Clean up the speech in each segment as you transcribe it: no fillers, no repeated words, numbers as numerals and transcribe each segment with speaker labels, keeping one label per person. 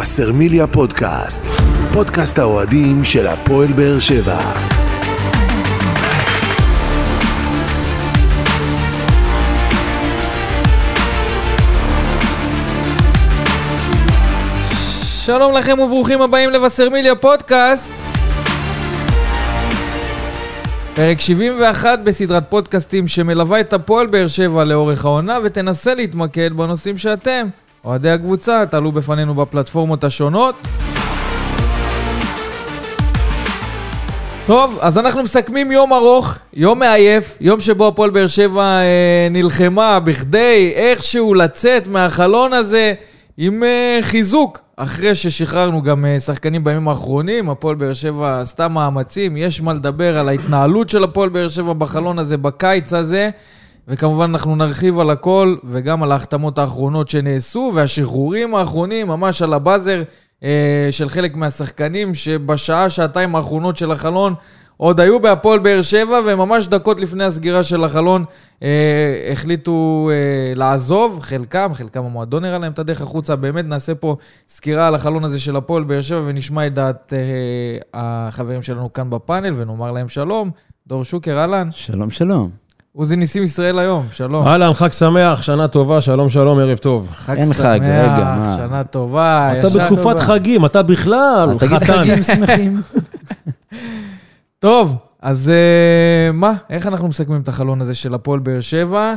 Speaker 1: וסרמיליה פודקאסט, פודקאסט האוהדים של הפועל באר שבע.
Speaker 2: שלום לכם וברוכים הבאים לווסרמיליה פודקאסט. פרק 71 בסדרת פודקאסטים שמלווה את הפועל באר שבע לאורך העונה ותנסה להתמקד בנושאים שאתם, אוהדי הקבוצה, תעלו בפנינו בפלטפורמות השונות. טוב, אז אנחנו מסכמים יום ארוך, יום מעייף, יום שבו הפועל באר שבע נלחמה בכדי איכשהו לצאת מהחלון הזה עם חיזוק. אחרי ששחררנו גם שחקנים בימים האחרונים, הפועל באר שבע עשתה מאמצים, יש מה לדבר על ההתנהלות של הפועל באר שבע בחלון הזה, בקיץ הזה, וכמובן אנחנו נרחיב על הכל, וגם על ההחתמות האחרונות שנעשו, והשחרורים האחרונים, ממש על הבאזר של חלק מהשחקנים, שבשעה, שעתיים האחרונות של החלון, עוד היו בהפועל באר שבע, וממש דקות לפני הסגירה של החלון, החליטו לעזוב, חלקם המועדון הראה להם את הדרך החוצה, באמת נעשה פה סקירה על החלון הזה של הפועל באר שבע, ונשמע את דעת החברים שלנו כאן בפאנל, ונאמר להם שלום. דור שוקר, אהלן.
Speaker 3: שלום, שלום.
Speaker 2: עוזי ניסים ישראל היום, שלום.
Speaker 4: אהלן, חג שמח, שנה טובה, שלום, שלום, ערב טוב.
Speaker 3: אין חג, רגע, מה?
Speaker 2: שנה טובה.
Speaker 4: אתה בתקופת חגים, אתה בכלל
Speaker 3: אז תגיד חגים שמחים.
Speaker 2: טוב, אז מה? איך אנחנו מסכמים את החלון הזה של הפועל באר שבע?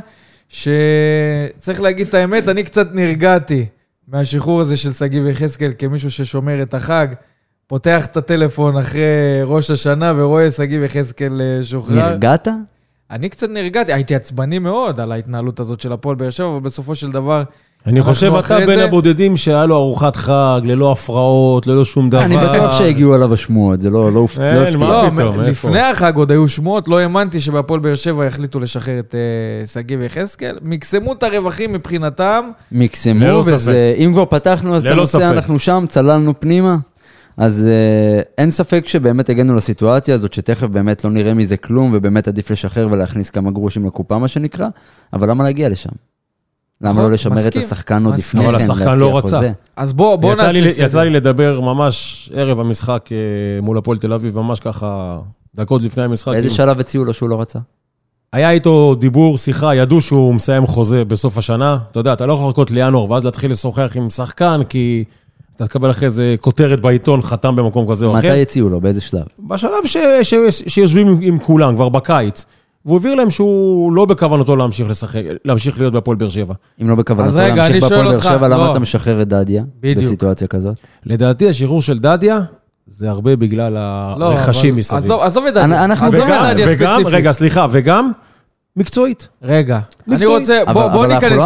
Speaker 2: שצריך להגיד את האמת, אני קצת נרגעתי מהשחרור הזה של שגיב יחזקאל כמישהו ששומר את החג, פותח את הטלפון אחרי ראש השנה ורואה שגיב יחזקאל שוחרר.
Speaker 3: נרגעת?
Speaker 2: אני קצת נרגעתי, הייתי עצבני מאוד על ההתנהלות הזאת של הפועל באר שבע, אבל בסופו של דבר...
Speaker 4: אני חושב אתה בין הבודדים שהיה לו ארוחת חג, ללא הפרעות, ללא שום דבר.
Speaker 3: אני בטוח שהגיעו עליו השמועות, זה לא הפתיע.
Speaker 2: לפני החג עוד היו שמועות, לא האמנתי שבהפועל באר שבע החליטו לשחרר את שגיב יחזקאל. מקסמו את הרווחים מבחינתם.
Speaker 3: מקסמו, ואם כבר פתחנו אז את הנושא, אנחנו שם, צללנו פנימה. אז אין ספק שבאמת הגענו לסיטואציה הזאת, שתכף באמת לא נראה מזה כלום, ובאמת עדיף לשחרר ולהכניס כמה גרושים לקופה, מה שנקרא, אבל למה להגיע לשם? למה לא לשמר את השחקן עוד לפני כן?
Speaker 4: אבל השחקן לא רצה.
Speaker 2: אז בוא נעשה סדר.
Speaker 4: יצא לי לדבר ממש ערב המשחק מול הפועל תל אביב, ממש ככה דקות לפני המשחק.
Speaker 3: באיזה שלב הציעו לו שהוא לא רצה?
Speaker 4: היה איתו דיבור, שיחה, ידעו שהוא מסיים חוזה בסוף השנה. אתה יודע, אתה לא יכול לחכות לינואר, ואז להתחיל לשוחח עם שחקן, כי אתה תקבל אחרי זה כותרת בעיתון, חתם במקום כזה או אחר.
Speaker 3: מתי הציעו לו? באיזה שלב?
Speaker 4: בשלב שיושבים עם כולם, כבר בקיץ. והוא הבהיר להם שהוא לא בכוונתו להמשיך להיות בהפועל באר שבע.
Speaker 3: אם לא בכוונתו להמשיך בהפועל באר שבע, למה אתה משחרר את דדיה בסיטואציה כזאת?
Speaker 4: לדעתי, השחרור של דדיה, זה הרבה בגלל הרכשים מסביב.
Speaker 2: עזוב את דדיה.
Speaker 3: אנחנו
Speaker 2: ספציפית.
Speaker 4: רגע, סליחה, וגם מקצועית.
Speaker 2: רגע, אני רוצה, בוא ניכנס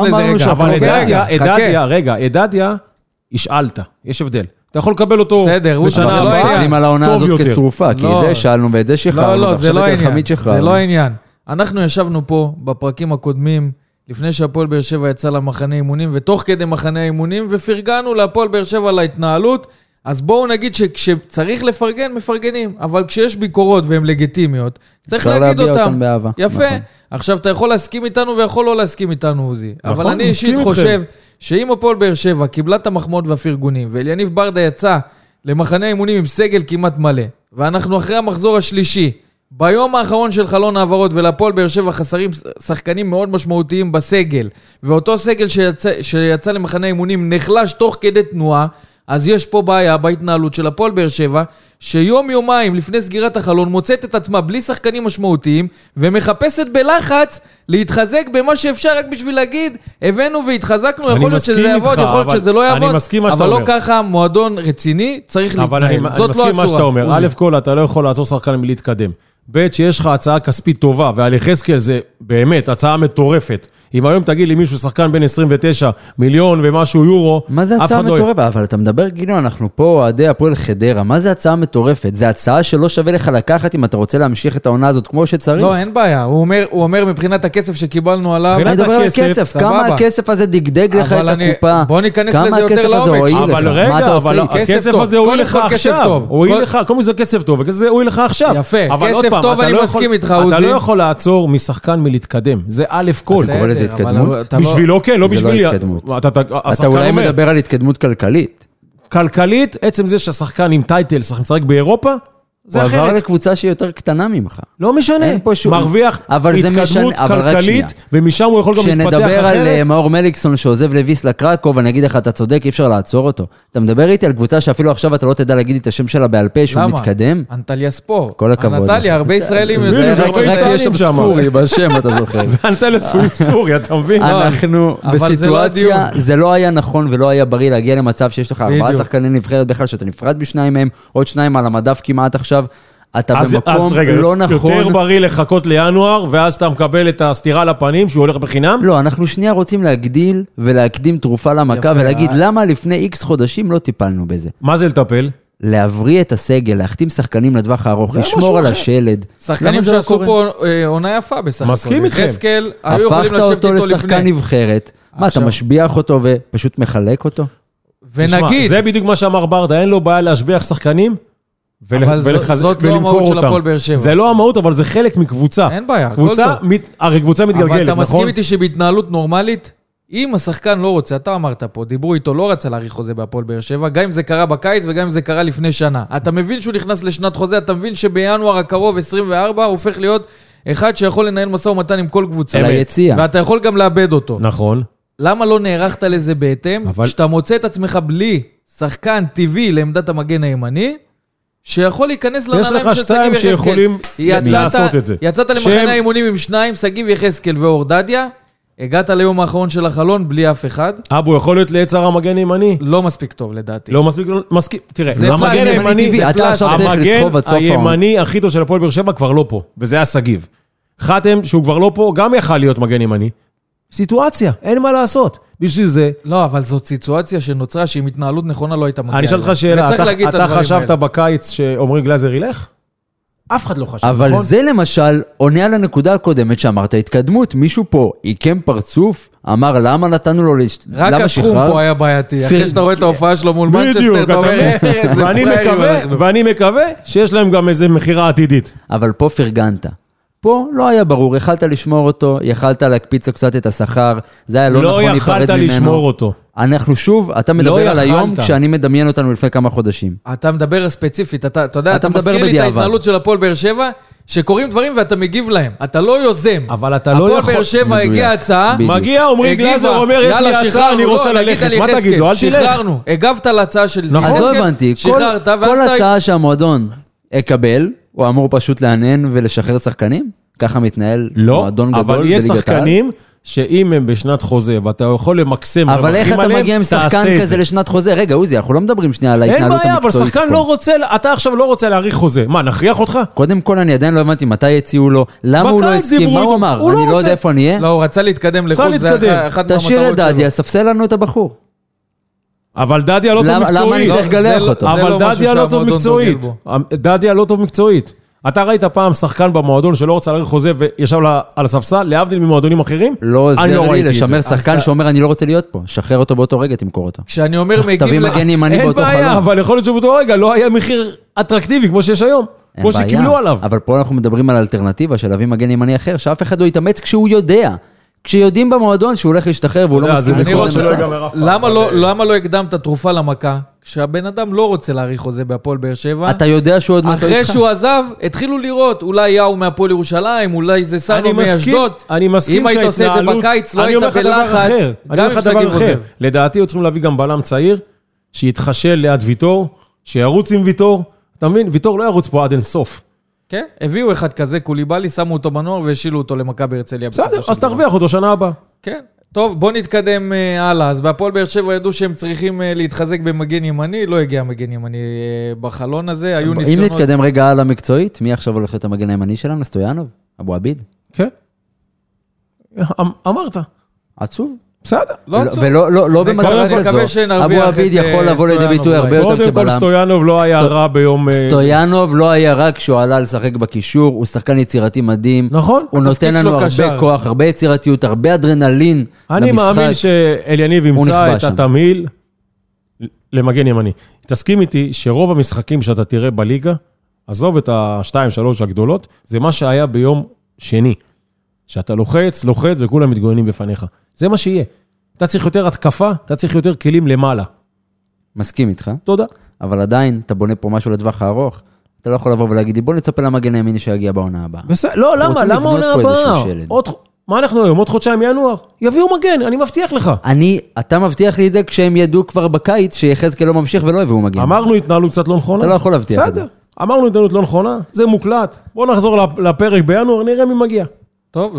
Speaker 2: לזה רגע.
Speaker 4: את דדיה, השאלת, יש הבדל. אתה יכול לקבל אותו
Speaker 2: בשנה
Speaker 3: הבאה. מסתכלים על העונה הזאת כשרופה, כי זה שאלנו ואת זה שחררנו.
Speaker 2: לא, זה לא העניין. אנחנו ישבנו פה בפרקים הקודמים, לפני שהפועל באר שבע יצא למחנה אימונים, ותוך כדי מחנה אימונים, ופרגנו להפועל באר שבע להתנהלות, אז בואו נגיד שכשצריך לפרגן, מפרגנים, אבל כשיש ביקורות והן לגיטימיות, צריך להגיד אותן. יפה. עכשיו, אתה יכול להסכים איתנו ויכול לא להסכים איתנו, עוזי. אבל אני אישית חושב שאם הפועל באר שבע קיבלה את המחמוד והפרגונים, ואליניב ברדה יצא למחנה אימונים עם סגל כמעט מלא, ואנחנו אחרי המחזור השלישי, ביום האחרון של חלון העברות, ולפועל באר שבע חסרים שחקנים מאוד משמעותיים בסגל, ואותו סגל שיצא למחנה אימונים נחלש תוך כדי תנועה, אז יש פה בעיה בהתנהלות של הפועל באר שבע, שיום יומיים לפני סגירת החלון מוצאת את עצמה בלי שחקנים משמעותיים, ומחפשת בלחץ להתחזק במה שאפשר רק בשביל להגיד, הבאנו והתחזקנו, יכול להיות שזה יעבוד, יכול להיות שזה לא יעבוד, אבל לא ככה מועדון רציני צריך להתנהל. זאת לא
Speaker 4: הצורה. אני מסכים מה שאתה אומר. א' כל, אתה לא יכול לעצור שחקן מלהתקדם. ב' שיש לך הצעה כספית טובה, ועל יחזקאל זה באמת הצעה מטורפת. אם היום תגיד לי מישהו שחקן בין 29 מיליון ומשהו יורו,
Speaker 3: מה זה הצעה מטורפת? אבל אתה מדבר, גינו, אנחנו פה אוהדי הפועל חדרה, מה זה הצעה מטורפת? זה הצעה שלא שווה לך לקחת אם אתה רוצה להמשיך את העונה הזאת כמו שצריך?
Speaker 2: לא, אין בעיה. הוא אומר מבחינת הכסף שקיבלנו עליו,
Speaker 3: אני מדבר על הכסף, כמה הכסף הזה דגדג לך את הקופה?
Speaker 2: בוא ניכנס לזה יותר לעומק.
Speaker 4: אבל רגע, אבל הכסף הזה הועיל לך עכשיו. קודם זה כסף טוב, וכזה הועיל לך עכשיו.
Speaker 2: יפה, כסף טוב, אני מסכים איתך, עוזי.
Speaker 4: אתה לא יכול לעצור משחקן מלהתקדם. זה א' כל.
Speaker 3: זה התקדמות?
Speaker 4: בשבילו כן, לא בשבילי.
Speaker 3: אתה אולי מדבר על התקדמות כלכלית.
Speaker 4: כלכלית, עצם זה שהשחקן עם טייטל, משחק באירופה,
Speaker 3: הוא עבר לקבוצה שהיא יותר קטנה ממך.
Speaker 4: לא משנה, מרוויח התקדמות כלכלית, ומשם הוא יכול גם להתפתח אחרת.
Speaker 3: כשנדבר על מאור מליקסון שעוזב לוויסלה קרקוב, אני אגיד לך, אתה צודק, אי אפשר לעצור אותו. אתה מדבר איתי על קבוצה שאפילו עכשיו אתה לא תדע להגיד את השם שלה בעל פה, שהוא מתקדם.
Speaker 2: אנטליה ספורט.
Speaker 3: כל הכבוד.
Speaker 2: אנטליה, הרבה ישראלים.
Speaker 3: רק יש שם ספורי בשם, אתה זוכר.
Speaker 4: זה אנטליה ספורי, אתה מבין?
Speaker 3: אנחנו בסיטואציה, זה לא היה נכון ולא היה בריא להגיע למצב שיש לך 4 שחקני נבחרת בכלל, שאתה נפרד בשניים מהם, עוד 2 על המדף כמעט עכשיו. אתה במקום לא נכון.
Speaker 4: יותר בריא לחכות לינואר, ואז אתה מקבל את הסתירה לפנים, שהוא הולך בחינם?
Speaker 3: לא, אנחנו שנייה רוצים להגדיל ולהקדים תרופה למכה, ולהגיד למה לפני איקס חודשים לא טיפלנו בזה.
Speaker 4: מה זה לטפל?
Speaker 3: להבריא את הסגל, להחתים שחקנים לדווח הארוך, לשמור על השלד.
Speaker 2: שחקנים שעשו פה עונה יפה בסך הכל.
Speaker 4: מסכים איתכם.
Speaker 3: הפכת אותו לשחקן נבחרת. מה, אתה משביח אותו ופשוט מחלק אותו?
Speaker 2: ונגיד...
Speaker 4: זה בדיוק מה שאמר ברדה, אין לו בעיה להשביח שחקנים,
Speaker 2: אבל זאת לא המהות של הפועל באר שבע.
Speaker 4: זה לא המהות, אבל זה חלק מקבוצה.
Speaker 2: אין בעיה,
Speaker 4: הכל טוב. הרי קבוצה מתגלגלת, נכון?
Speaker 2: אבל אתה מסכים איתי שבהתנהלות נורמלית, אם השחקן לא רוצה, אתה אמרת פה, דיברו איתו, לא רצה להאריך חוזה בהפועל באר שבע, גם אם זה קרה בקיץ וגם אם זה קרה לפני שנה. אתה מבין שהוא נכנס לשנת חוזה, אתה מבין שבינואר הקרוב 24 הוא הופך להיות אחד שיכול לנהל משא ומתן עם כל קבוצה. ואתה יכול גם לאבד אותו.
Speaker 4: נכון.
Speaker 2: למה לא נערכת לזה בהתאם? שאתה מוצא את עצמך בלי שחקן טבעי לעמדת המגן הימני, שיכול להיכנס לנעליים של סגיב יחזקאל.
Speaker 4: שיכולים לעשות את זה.
Speaker 2: יצאת למחנה האימונים עם 2, סגיב יחזקאל ואורדדיה, הגעת ליום האחרון של החלון בלי אף אחד.
Speaker 4: אבו, יכול להיות ליצר המגן הימני?
Speaker 2: לא מספיק טוב לדעתי.
Speaker 4: לא מספיק, תראה, המגן הימני הכי טוב של הפועל באר שבע כבר לא פה, וזה היה סגיב. חתם שהוא כבר לא פה, גם יכל להיות מגן ימני. סיטואציה, אין מה לעשות. בשביל זה...
Speaker 2: לא, אבל זאת סיטואציה שנוצרה שעם התנהלות נכונה לא הייתה מגיעה.
Speaker 4: אני אשאל אותך שאלה, אתה חשבת בקיץ שעומרי גלאזר ילך? אף אחד לא חשב,
Speaker 3: אבל נכון? זה למשל עונה על הנקודה הקודמת שאמרת התקדמות, מישהו פה עיקם פרצוף, אמר למה נתנו לו
Speaker 2: רק הסכום פה היה בעייתי, אחרי שאתה רואה את ההופעה שלו מול מנצ'סטר, אתה אומר,
Speaker 4: ואני מקווה שיש להם גם איזה מחירה עתידית.
Speaker 3: אבל פה פרגנת. פה לא היה ברור, יכלת לשמור אותו, יכלת להקפיץ קצת את השכר, זה היה לא נכון להיפרד ממנו.
Speaker 4: לא יכלת לשמור אותו.
Speaker 3: אנחנו שוב, אתה מדבר על היום כשאני מדמיין אותנו לפני כמה חודשים.
Speaker 2: אתה מדבר ספציפית, אתה יודע, אתה מזכיר לי את ההתנהלות של הפועל באר שבע, שקוראים דברים ואתה מגיב להם, אתה לא יוזם.
Speaker 4: אבל אתה לא יכול...
Speaker 2: הפועל באר שבע הגיע הצעה,
Speaker 4: מגיע, עומרי גלאזר אומר, יש לי הצעה, אני רוצה ללכת. מה תגיד לו? אל תלך.
Speaker 2: שחררנו, הגבת להצעה של...
Speaker 3: אז לא הבנתי, כל הצעה שהמועדון יקבל, הוא אמור פשוט לענן ולשחרר שחקנים? ככה מתנהל מועדון גדול
Speaker 4: אבל יש שחקנים שאם הם בשנת חוזה, ואתה יכול למקסם
Speaker 3: אבל איך אתה מגיע עם שחקן כזה לשנת חוזה? רגע, עוזי, אנחנו לא מדברים שנייה על ההתנהלות המקצועית.
Speaker 4: אין בעיה, אבל שחקן לא רוצה, אתה עכשיו לא רוצה להאריך חוזה. מה, נכריח אותך?
Speaker 3: קודם כל, אני עדיין לא הבנתי מתי יציעו לו, למה הוא לא הסכים, מה הוא אמר? אני לא יודע איפה אני אהיה.
Speaker 2: לא, הוא רצה להתקדם לחו"ל, זה אחד מהמטרות שלו.
Speaker 3: תשאיר את דדיה, ספסל לנו את הבחור.
Speaker 4: אבל דדיה לא טוב מקצועית.
Speaker 3: למה אני צריך לגלח אותו?
Speaker 4: אבל דדיה לא טוב מקצועית. דדיה לא טוב מקצועית. אתה ראית פעם שחקן במועדון שלא רוצה להאריך חוזה וישב על הספסל, להבדיל ממועדונים אחרים?
Speaker 3: לא עוזר לי לשמר שחקן שאומר אני לא רוצה להיות פה, שחרר אותו באותו רגע, תמכור אותו.
Speaker 2: כשאני אומר מגיב...
Speaker 3: תביא מגן ימני באותו חלום.
Speaker 4: אין בעיה, אבל יכול להיות שבאותו רגע לא היה מחיר אטרקטיבי כמו שיש היום, כמו שקיבלו עליו.
Speaker 3: אבל פה אנחנו מדברים על אלטרנטיבה של להביא מגן ימני אחר, שאף אחד לא יתאמץ כשהוא יודע. כשיודעים במועדון שהוא הולך להשתחרר והוא לא מסכים לחוזה נוסף.
Speaker 2: למה לא הקדמת תרופה למכה? כשהבן אדם לא רוצה להאריך חוזה בהפועל באר שבע,
Speaker 3: אתה יודע שהוא עוד מעט
Speaker 2: אחרי שהוא עזב, התחילו לראות, אולי יאו מהפועל ירושלים, אולי זה סנו מאשדוד.
Speaker 4: אני מסכים
Speaker 2: אם היית עושה את זה בקיץ, לא היית בלחץ, גם אם סגיב עוזב.
Speaker 4: לדעתי, הוא צריכים להביא גם בלם צעיר, שיתחשל ליד ויטור, שירוץ עם ויטור. אתה מבין? ויטור לא ירוץ פה עד אין סוף.
Speaker 2: כן, הביאו אחד כזה, קוליבאלי, שמו אותו בנוער והשילו אותו למכבי הרצליה.
Speaker 4: בסדר, אז תרוויח אותו שנה הבאה.
Speaker 2: כן. טוב, בוא נתקדם הלאה. אז בהפועל באר שבע ידעו שהם צריכים להתחזק במגן ימני, לא הגיע מגן ימני בחלון הזה, היו ניסיונות...
Speaker 3: אם נתקדם רגע הלאה מקצועית, מי עכשיו הולך להיות המגן הימני שלנו? סטויאנוב? אבו עביד?
Speaker 4: כן. אמרת.
Speaker 3: עצוב.
Speaker 4: בסדר.
Speaker 3: ולא במטרה כזו. אבו עביד יכול לבוא לידי ביטוי הרבה יותר כבלם.
Speaker 4: קודם כל סטויאנוב לא היה רע ביום...
Speaker 3: סטויאנוב לא היה רע כשהוא עלה לשחק בקישור, הוא שחקן יצירתי מדהים.
Speaker 4: נכון.
Speaker 3: הוא נותן לנו הרבה כוח, הרבה יצירתיות, הרבה אדרנלין למשחק.
Speaker 4: אני מאמין שאליניב ימצא את התמיל למגן ימני. תסכים איתי שרוב המשחקים שאתה תראה בליגה, עזוב את ה-2-3 הגדולות, זה מה שהיה ביום שני. שאתה לוחץ וכולם מתגוננים בפניך. זה מה שיהיה. אתה צריך יותר התקפה, אתה צריך יותר כלים למעלה.
Speaker 3: מסכים איתך.
Speaker 4: תודה.
Speaker 3: אבל עדיין, אתה בונה פה משהו לטווח הארוך, אתה לא יכול לבוא ולהגיד לי, בוא נצפה למגן הימיני שיגיע בעונה הבאה.
Speaker 4: לא, למה עונה הבאה? מה אנחנו היום? עוד חודשיים ינואר? יביאו מגן, אני מבטיח לך.
Speaker 3: אתה מבטיח לי את זה כשהם ידעו כבר בקיץ שיחזקאל לא ממשיך ולא יביאו מגן.
Speaker 4: אמרנו התנהלות קצת לא נכונה.
Speaker 3: אתה לא יכול להבטיח את זה.
Speaker 4: בסדר, אמרנו התנהלות לא נכונה, זה מוקלט. בוא נחזור לפרק בינואר, נראה מי מגיע.
Speaker 2: טוב,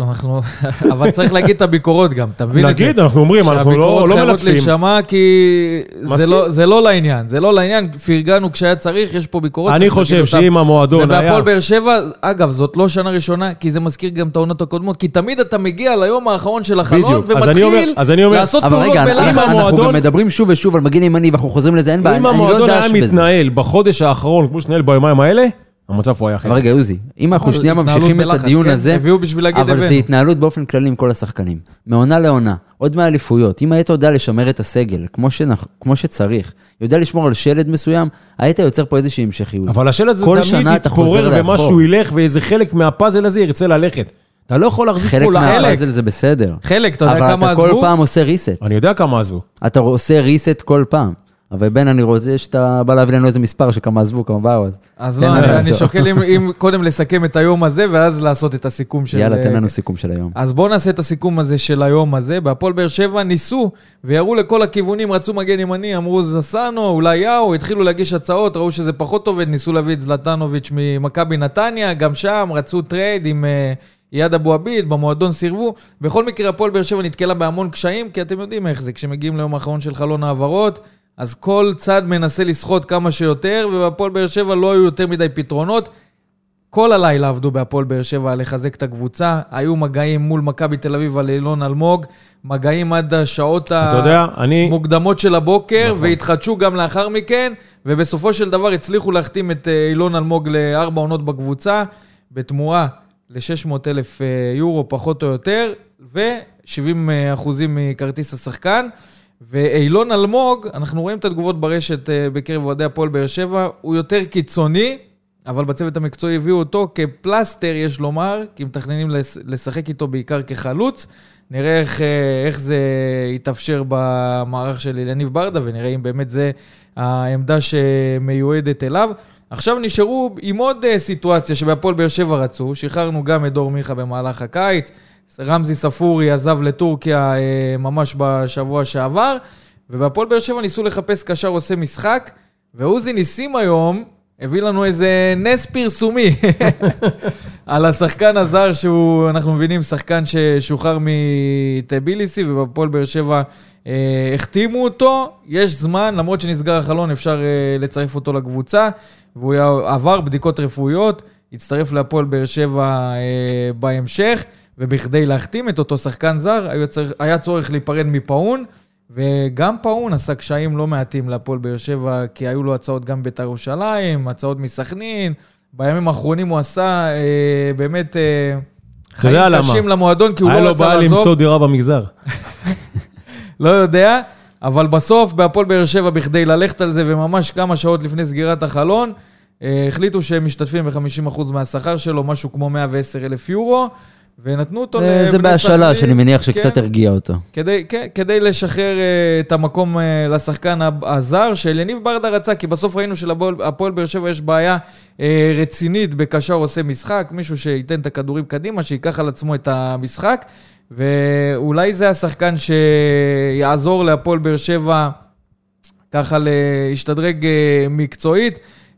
Speaker 2: אבל צריך להגיד את הביקורות גם, אתה מבין את זה?
Speaker 4: נגיד, אנחנו אומרים, אנחנו לא מלטפים.
Speaker 2: שהביקורות חייבות להישמע, כי זה לא לעניין, זה לא לעניין, פרגנו כשהיה צריך, יש פה ביקורות.
Speaker 4: אני חושב שאם המועדון היה...
Speaker 2: ובהפועל באר שבע, אגב, זאת לא שנה ראשונה, כי זה מזכיר גם את העונות הקודמות, כי תמיד אתה מגיע ליום האחרון של החלון, ומתחיל לעשות פעולות בלחץ.
Speaker 3: אנחנו גם מדברים שוב ושוב על מגן ימני, ואנחנו חוזרים לזה, אין בעיה,
Speaker 4: אם המועדון היה מתנהל בחודש האחרון, כמו שנהל ביומיים האלה, המצב הוא היה אחר.
Speaker 3: אבל רגע, יוזי, אם אנחנו שנייה ממשיכים את הדיון הזה, אבל זה התנהלות באופן כללי עם כל השחקנים. מעונה לעונה, עוד מהאליפויות, אם היית יודע לשמר את הסגל, כמו שצריך, יודע לשמור על שלד מסוים, היית יוצר פה איזושהי המשכיות.
Speaker 4: אבל השלד הזה תמיד יתפורר ומשהו ילך, ואיזה חלק מהפאזל הזה ירצה ללכת. אתה לא יכול להחזיק פה לחלק.
Speaker 3: חלק מהפאזל זה בסדר.
Speaker 2: חלק, אתה יודע כמה עזבו?
Speaker 3: אבל אתה כל פעם עושה ריסט.
Speaker 4: אני יודע כמה עזבו.
Speaker 3: אתה עושה ריסט כל פעם. אבל בין אני רוצה שאתה בא להביא לנו איזה מספר שכמה עזבו, כמה באו.
Speaker 2: אז לא, אני שוקל אם קודם לסכם את היום הזה, ואז לעשות את הסיכום של...
Speaker 3: יאללה, תן לנו סיכום של היום.
Speaker 2: אז בואו נעשה את הסיכום הזה של היום הזה. בהפועל באר שבע ניסו, ויראו לכל הכיוונים, רצו מגן ימני, אמרו זסנו, אולי יאו, התחילו להגיש הצעות, ראו שזה פחות עובד, ניסו להביא את זלטנוביץ' ממכבי נתניה, גם שם רצו טרייד עם... יד אבו עביד, במועדון סירבו. בכל מקרה, הפועל באר שבע נתקלה בהמון קשיים, כי אתם יודעים איך זה, כשמגיעים ליום האחרון של חלון העברות, אז כל צד מנסה לסחוט כמה שיותר, ובהפועל באר שבע לא היו יותר מדי פתרונות. כל הלילה עבדו בהפועל באר שבע לחזק את הקבוצה, היו מגעים מול מכבי תל אביב על אילון אלמוג, מגעים עד השעות המוקדמות של הבוקר, והתחדשו גם לאחר מכן, ובסופו של דבר הצליחו להחתים את אילון אלמוג ל4 עונות בקבוצה, בתמורה ל600,000 יורו פחות או יותר, ו70% מכרטיס השחקן, ואילון אלמוג, אנחנו רואים את התגובות ברשת בקרב אוהדי הפועל באר שבע, הוא יותר קיצוני, אבל בצוות המקצועי הביאו אותו כפלסטר, יש לומר, כי מתכננים לשחק איתו בעיקר כחלוץ, נראה איך זה יתאפשר במערך של יניב ברדה, ונראה אם באמת זה העמדה שמיועדת אליו. עכשיו נשארו עם עוד סיטואציה שבהפועל באר שבע רצו, שחררנו גם את דור מיכה במהלך הקיץ, רמזי ספורי עזב לטורקיה ממש בשבוע שעבר, ובהפועל באר שבע ניסו לחפש קשר עושה משחק, ועוזי ניסים היום הביא לנו איזה נס פרסומי על השחקן הזר שהוא, אנחנו מבינים, שחקן ששוחרר מטביליסי, ובהפועל באר שבע החתימו אותו, יש זמן, למרות שנסגר החלון אפשר לצרף אותו לקבוצה, והוא עבר בדיקות רפואיות, הצטרף להפועל באר שבע בהמשך, ובכדי להחתים את אותו שחקן זר, היה צורך להיפרד מפאון, וגם פאון עשה קשיים לא מעטים להפועל באר שבע, כי היו לו הצעות גם בית"ר ירושלים, הצעות מסכנין, בימים האחרונים הוא עשה באמת חיים קשים למועדון, כי הוא לא רצה לעזוב. היה לו בעיה
Speaker 4: למצוא דירה במגזר.
Speaker 2: לא יודע, אבל בסוף בהפועל באר שבע, בכדי ללכת על זה, וממש כמה שעות לפני סגירת החלון, החליטו שהם משתתפים ב-50% מהשכר שלו, משהו כמו 110,000 יורו, ונתנו אותו לבני סכנין.
Speaker 3: זה בהשאלה שאני מניח שקצת הרגיע אותו.
Speaker 2: כדי לשחרר את המקום לשחקן הזר, של יניב ברדה רצה, כי בסוף ראינו שלהפועל באר שבע יש בעיה רצינית בקשר עושה משחק, מישהו שייתן את הכדורים קדימה, שיקח על עצמו את המשחק, ואולי זה השחקן שיעזור להפועל באר שבע ככה להשתדרג מקצועית.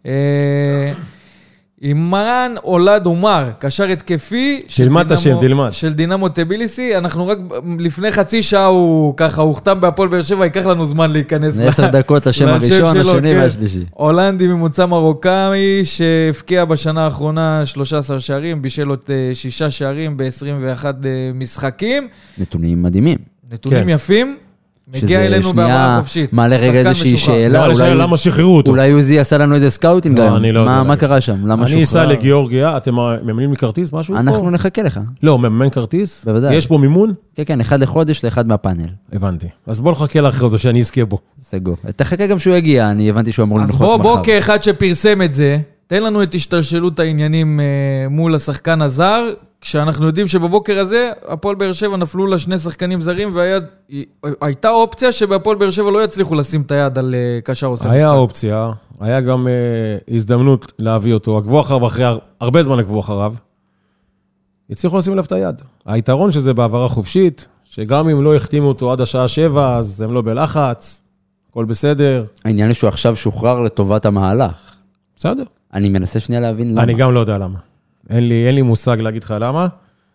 Speaker 2: עם מרן אולד אומר, קשר התקפי של דינמו טביליסי, אנחנו רק לפני חצי שעה הוא ככה, הוא חתם בהפועל באר שבע, ייקח לנו זמן להיכנס
Speaker 3: 10 דקות לשם הראשון, השני והשלישי.
Speaker 2: הולנדי ממוצא מרוקאי, שהפקיע בשנה האחרונה 13 שערים, בישל עוד 6 שערים ב-21 משחקים.
Speaker 3: נתונים מדהימים.
Speaker 2: נתונים יפים. מגיע אלינו בהעברה חופשית.
Speaker 3: מעלה רגע איזושהי שאלה,
Speaker 4: למה שחררו אותו?
Speaker 3: אולי יוזי עשה לנו איזה סקאוטינג היום. מה קרה שם?
Speaker 4: אני אסע לגיאורגיה, אתם ממנים לי כרטיס, משהו פה?
Speaker 3: אנחנו נחכה לך.
Speaker 4: לא, מממן כרטיס?
Speaker 3: בוודאי.
Speaker 4: יש פה מימון?
Speaker 3: כן, 1 לחודש לאחד מהפאנל.
Speaker 4: הבנתי. אז בוא נחכה לאחר אותו שאני אזכה בו.
Speaker 3: סגור. תחכה גם שהוא יגיע, אני הבנתי שהוא אמור לנחות מחר.
Speaker 2: אז בוא כאחד שפרסם את זה, תן לנו את השתלשלות העניינים מול השחקן הזר, כשאנחנו יודעים שבבוקר הזה, הפועל באר שבע נפלו לה 2 שחקנים זרים, והייתה אופציה שבהפועל באר שבע לא יצליחו לשים את היד על קשר עושה משחק.
Speaker 4: היה אופציה, היה גם הזדמנות להביא אותו, עקבו אחריו אחרי הרבה זמן עקבו אחריו, יצליחו לשים אליו את היד. היתרון שזה בעברה חופשית, שגם אם לא החתימו אותו עד השעה 7, אז הם לא בלחץ, הכל בסדר.
Speaker 3: העניין הוא שהוא עכשיו שוחרר לטובת המהלך.
Speaker 4: בסדר.
Speaker 3: אני מנסה שנייה להבין למה.
Speaker 4: אני גם לא יודע למה. אין לי מושג להגיד לך למה.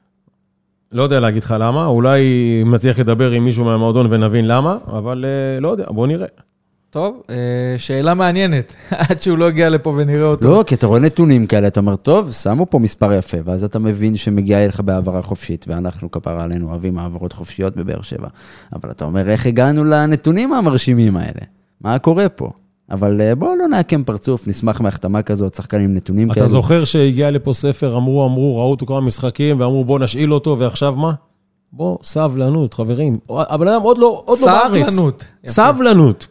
Speaker 4: לא יודע להגיד לך למה. אולי מצליח לדבר עם מישהו מהמועדון ונבין למה, אבל לא יודע, בוא נראה.
Speaker 2: טוב, שאלה מעניינת, עד שהוא לא הגיע לפה ונראה אותו.
Speaker 3: לא, כי אתה רואה נתונים כאלה, אתה אומר, טוב, שמו פה מספר יפה, ואז אתה מבין שמגיע אליך בעברה חופשית, ואנחנו כפרה עלינו אוהבים העברות חופשיות בבאר שבע. אבל אתה אומר, איך הגענו לנתונים המרשימים האלה? מה קורה פה? אבל בואו לא נעקם פרצוף, נשמח מהחתמה כזאת, שחקן עם נתונים כאלה.
Speaker 4: אתה זוכר שהגיע לפה ספר, אמרו, ראו אותו כמה משחקים, ואמרו בוא נשאיל אותו, ועכשיו מה? בוא, סבלנות, חברים. הבן אדם עוד לא בארץ. סבלנות.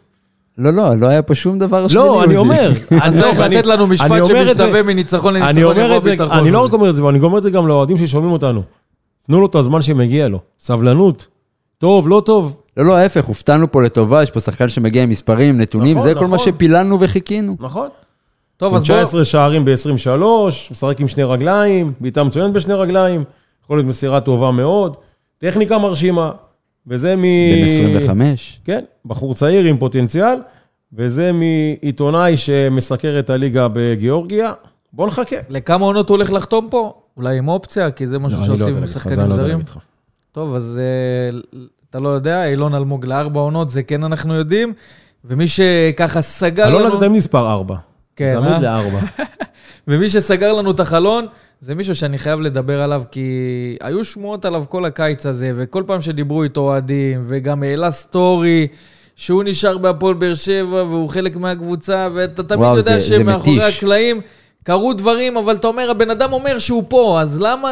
Speaker 3: לא היה פה שום דבר שלי.
Speaker 4: לא, אני אומר.
Speaker 2: אני צריך לתת לנו משפט שמשתווה מניצחון לניצחון יבוא ביטחון.
Speaker 4: אני לא רק אומר את זה, ואני אומר את זה גם לאוהדים ששומעים אותנו. תנו לו את הזמן שמגיע לו. סבלנות. טוב, לא טוב.
Speaker 3: לא, ההפך, הופתענו פה לטובה, יש פה שחקן שמגיע עם מספרים, נתונים, זה כל מה שפיללנו וחיכינו.
Speaker 4: נכון.
Speaker 2: טוב, אז
Speaker 4: 19 שערים ב-23, משחק עם 2 רגליים, בעיטה מצוינת ב2 רגליים, יכול להיות מסירה טובה מאוד, טכניקה מרשימה, וזה
Speaker 3: בן 25.
Speaker 4: כן, בחור צעיר עם פוטנציאל, וזה מעיתונאי שמסקר את הליגה בגיאורגיה. בוא נחכה.
Speaker 2: לכמה עונות הוא הולך לחתום פה? אולי עם אופציה, כי זה משהו שעושים עם שחקנים זרים. טוב, אז אתה לא יודע, אילון אלמוג ל4 עונות, זה כן אנחנו יודעים, ומי שככה סגר לנו...
Speaker 3: לא,
Speaker 4: אלון הזה תמיד מספר 4.
Speaker 2: כן,
Speaker 4: תמיד ל4.
Speaker 2: ומי שסגר לנו את החלון, זה מישהו שאני חייב לדבר עליו, כי היו שמועות עליו כל הקיץ הזה, וכל פעם שדיברו איתו אוהדים, וגם העלה סטורי, שהוא נשאר בהפועל באר שבע, והוא חלק מהקבוצה, ואתה תמיד יודע שמאחורי הקלעים קרו דברים, אבל אתה אומר, הבן אדם אומר שהוא פה, אז למה...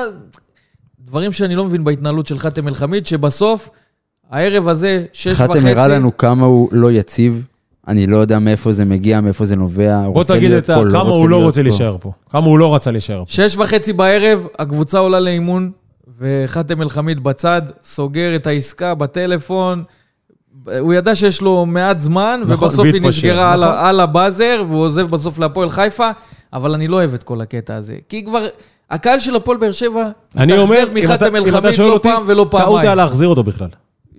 Speaker 2: דברים שאני לא מבין בהתנהלות של חתם אל-חמיד, שבסוף, הערב הזה, 6:30...
Speaker 3: חתם הראה לנו כמה הוא לא יציב, אני לא יודע מאיפה זה מגיע, מאיפה זה נובע.
Speaker 4: בוא תגיד את כמה הוא לא רוצה להישאר פה. כמה הוא לא רצה להישאר פה.
Speaker 2: 6:30 בערב, הקבוצה עולה לאימון, וחתם אל-חמיד בצד, סוגר את העסקה בטלפון, הוא ידע שיש לו מעט זמן, ובסוף היא נסגרה על הבאזר, והוא עוזב בסוף להפועל חיפה, אבל אני לא אוהב את כל הקטע הזה. כי כבר... הקהל של הפועל באר שבע, תחזב מחתם אל-חמיד לא פעם ולא פעמיים.
Speaker 4: טעות היה להחזיר אותו בכלל.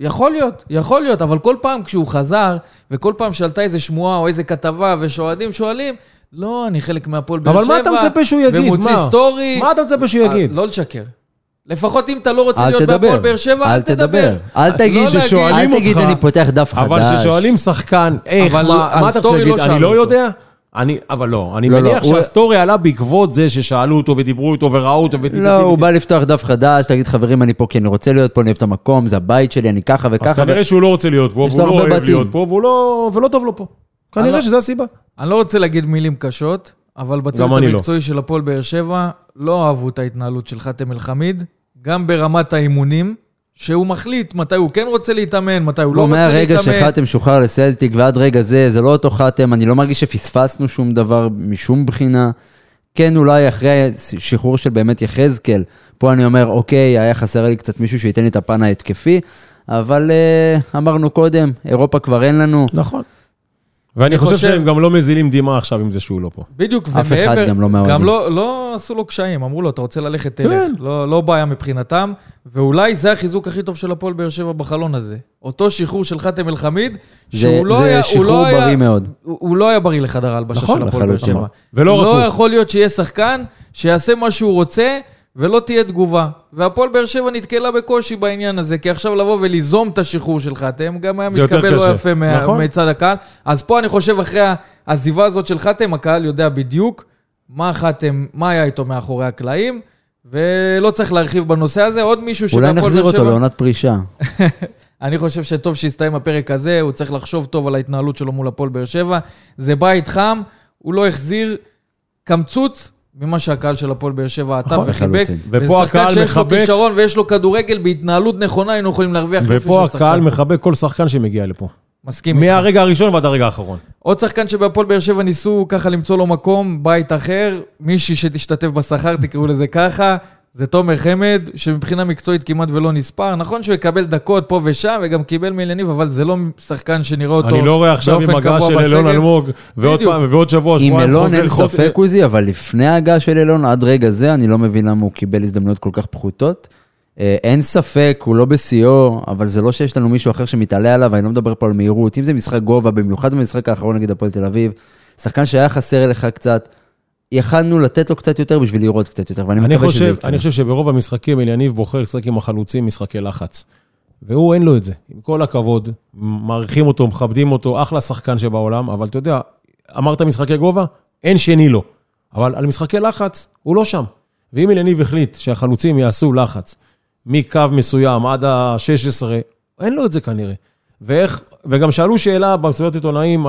Speaker 2: יכול להיות, אבל כל פעם כשהוא חזר, וכל פעם שעלתה איזה שמועה או איזה כתבה, ושואדים שואלים, לא, אני חלק מהפועל באר שבע.
Speaker 4: אבל מה אתה מצפה שהוא יגיד?
Speaker 2: ומוציא סטורי.
Speaker 4: מה אתה מצפה שהוא יגיד?
Speaker 2: לא לשקר. לפחות אם אתה לא רוצה להיות בהפועל באר שבע, אל תדבר.
Speaker 3: אל תגיד, אני פותח דף חדש.
Speaker 4: אבל ששואלים שחקן, איך, מה אתה רוצה להגיד? אני לא יודע. אבל לא, אני מניח שהסטורי עלה בעקבות זה ששאלו אותו ודיברו איתו וראו אותו.
Speaker 3: לא, הוא בא לפתוח דף חדש, תגיד חברים אני פה כי אני רוצה להיות פה, אני אוהב את המקום, זה הבית שלי, אני ככה וככה.
Speaker 4: אז כנראה שהוא לא רוצה להיות פה, והוא לא אוהב להיות פה, ולא טוב לו פה. כנראה שזה הסיבה.
Speaker 2: אני לא רוצה להגיד מילים קשות, אבל בצוות המקצועי של הפועל באר שבע, לא אהבו את ההתנהלות של חתם אל-חמיד, גם ברמת האימונים, שהוא מחליט מתי הוא כן רוצה להתאמן, מתי הוא לא רוצה להתאמן.
Speaker 3: מהרגע שחתם שוחרר לסלטיק ועד רגע זה לא אותו חתם, אני לא מרגיש שפספסנו שום דבר משום בחינה. כן, אולי אחרי שחרור של באמת יחזקאל, פה אני אומר, אוקיי, היה חסר לי קצת מישהו שייתן לי את הפן ההתקפי, אבל אמרנו קודם, אירופה כבר אין לנו.
Speaker 4: נכון. ואני חושב שהם גם לא מזילים דימה עכשיו עם זה שהוא לא פה.
Speaker 2: בדיוק,
Speaker 3: אף אחד גם לא מהאוהדים.
Speaker 2: גם לא עשו לו קשיים, אמרו לו, אתה רוצה ללכת תלך. לא בעיה מבחינתם, ואולי זה החיזוק הכי טוב של הפועל באר שבע בחלון הזה. אותו שחרור של חתם אל-חמיד, שהוא לא היה...
Speaker 3: זה שחרור בריא מאוד.
Speaker 2: הוא לא היה בריא לחדר ההלבשה של הפועל באר שבע.
Speaker 4: ולא
Speaker 2: לא יכול להיות שיהיה שחקן, שיעשה מה שהוא רוצה, ולא תהיה תגובה. והפועל באר שבע נתקלה בקושי בעניין הזה, כי עכשיו לבוא וליזום את השחרור שלך, אתם גם היה מתקבל לא יפה מצד הקהל. אז פה אני חושב אחרי העזיבה הזאת של חתם, הקהל יודע בדיוק מה היה איתו מאחורי הקלעים, ולא צריך להרחיב בנושא הזה. עוד מישהו
Speaker 3: אולי נחזיר אותו לעונת פרישה.
Speaker 2: אני חושב שטוב שיסתיים הפרק הזה, הוא צריך לחשוב טוב על ההתנהלות שלו מול הפועל באר שבע. זה בית חם, הוא לא החזיר קמצוץ, ממה שהקהל של הפועל באר שבע עטף וחיבק,
Speaker 4: ופה הקהל
Speaker 2: שיש לו כישרון ויש לו כדורגל בהתנהלות נכונה, היינו יכולים להרוויח לפי של שחקן.
Speaker 4: ופה הקהל מחבק כל שחקן שמגיע לפה.
Speaker 2: מסכים איתך.
Speaker 4: מהרגע הראשון ועד הרגע האחרון.
Speaker 2: עוד שחקן שבהפועל באר שבע ניסו ככה למצוא לו מקום, בית אחר, מישהי שתשתתף בשכר, תקראו לזה ככה, זה תומר חמד, שמבחינה מקצועית כמעט ולא נספר. נכון שהוא יקבל דקות פה ושם, וגם קיבל מאליניב, אבל זה לא שחקן שנראה אותו
Speaker 4: אני לא רואה עכשיו עם הגעה של אילון אלמוג, ועוד שבוע,
Speaker 3: עם אילון אין ספק עוזי, אבל לפני ההגעה של אילון, עד רגע זה, אני לא מבין למה הוא קיבל הזדמנויות כל כך פחותות. אין ספק, הוא לא בסיור, אבל זה לא שיש לנו מישהו אחר שמתעלה עליו, אני לא מדבר פה על מהירות. אם זה משחק גובה, במיוחד במשחק האחרון נגד הפועל תל אביב, שחקן שהיה חסר אליך קצת, יכלנו לתת לו קצת יותר בשביל לראות קצת יותר, ואני מקווה שזה יקרה.
Speaker 4: אני חושב שברוב המשחקים אליניב בוחר לשחק עם החלוצים משחקי לחץ. והוא אין לו את זה. עם כל הכבוד, מעריכים אותו, מכבדים אותו, אחלה שחקן שבעולם, אבל אתה יודע, אמרת משחקי גובה, אין שני לו. אבל על משחקי לחץ, הוא לא שם. ואם אליניב החליט שהחלוצים יעשו לחץ מקו מסוים עד ה-16, אין לו את זה כנראה. וגם שאלו שאלה במסיבת עיתונאים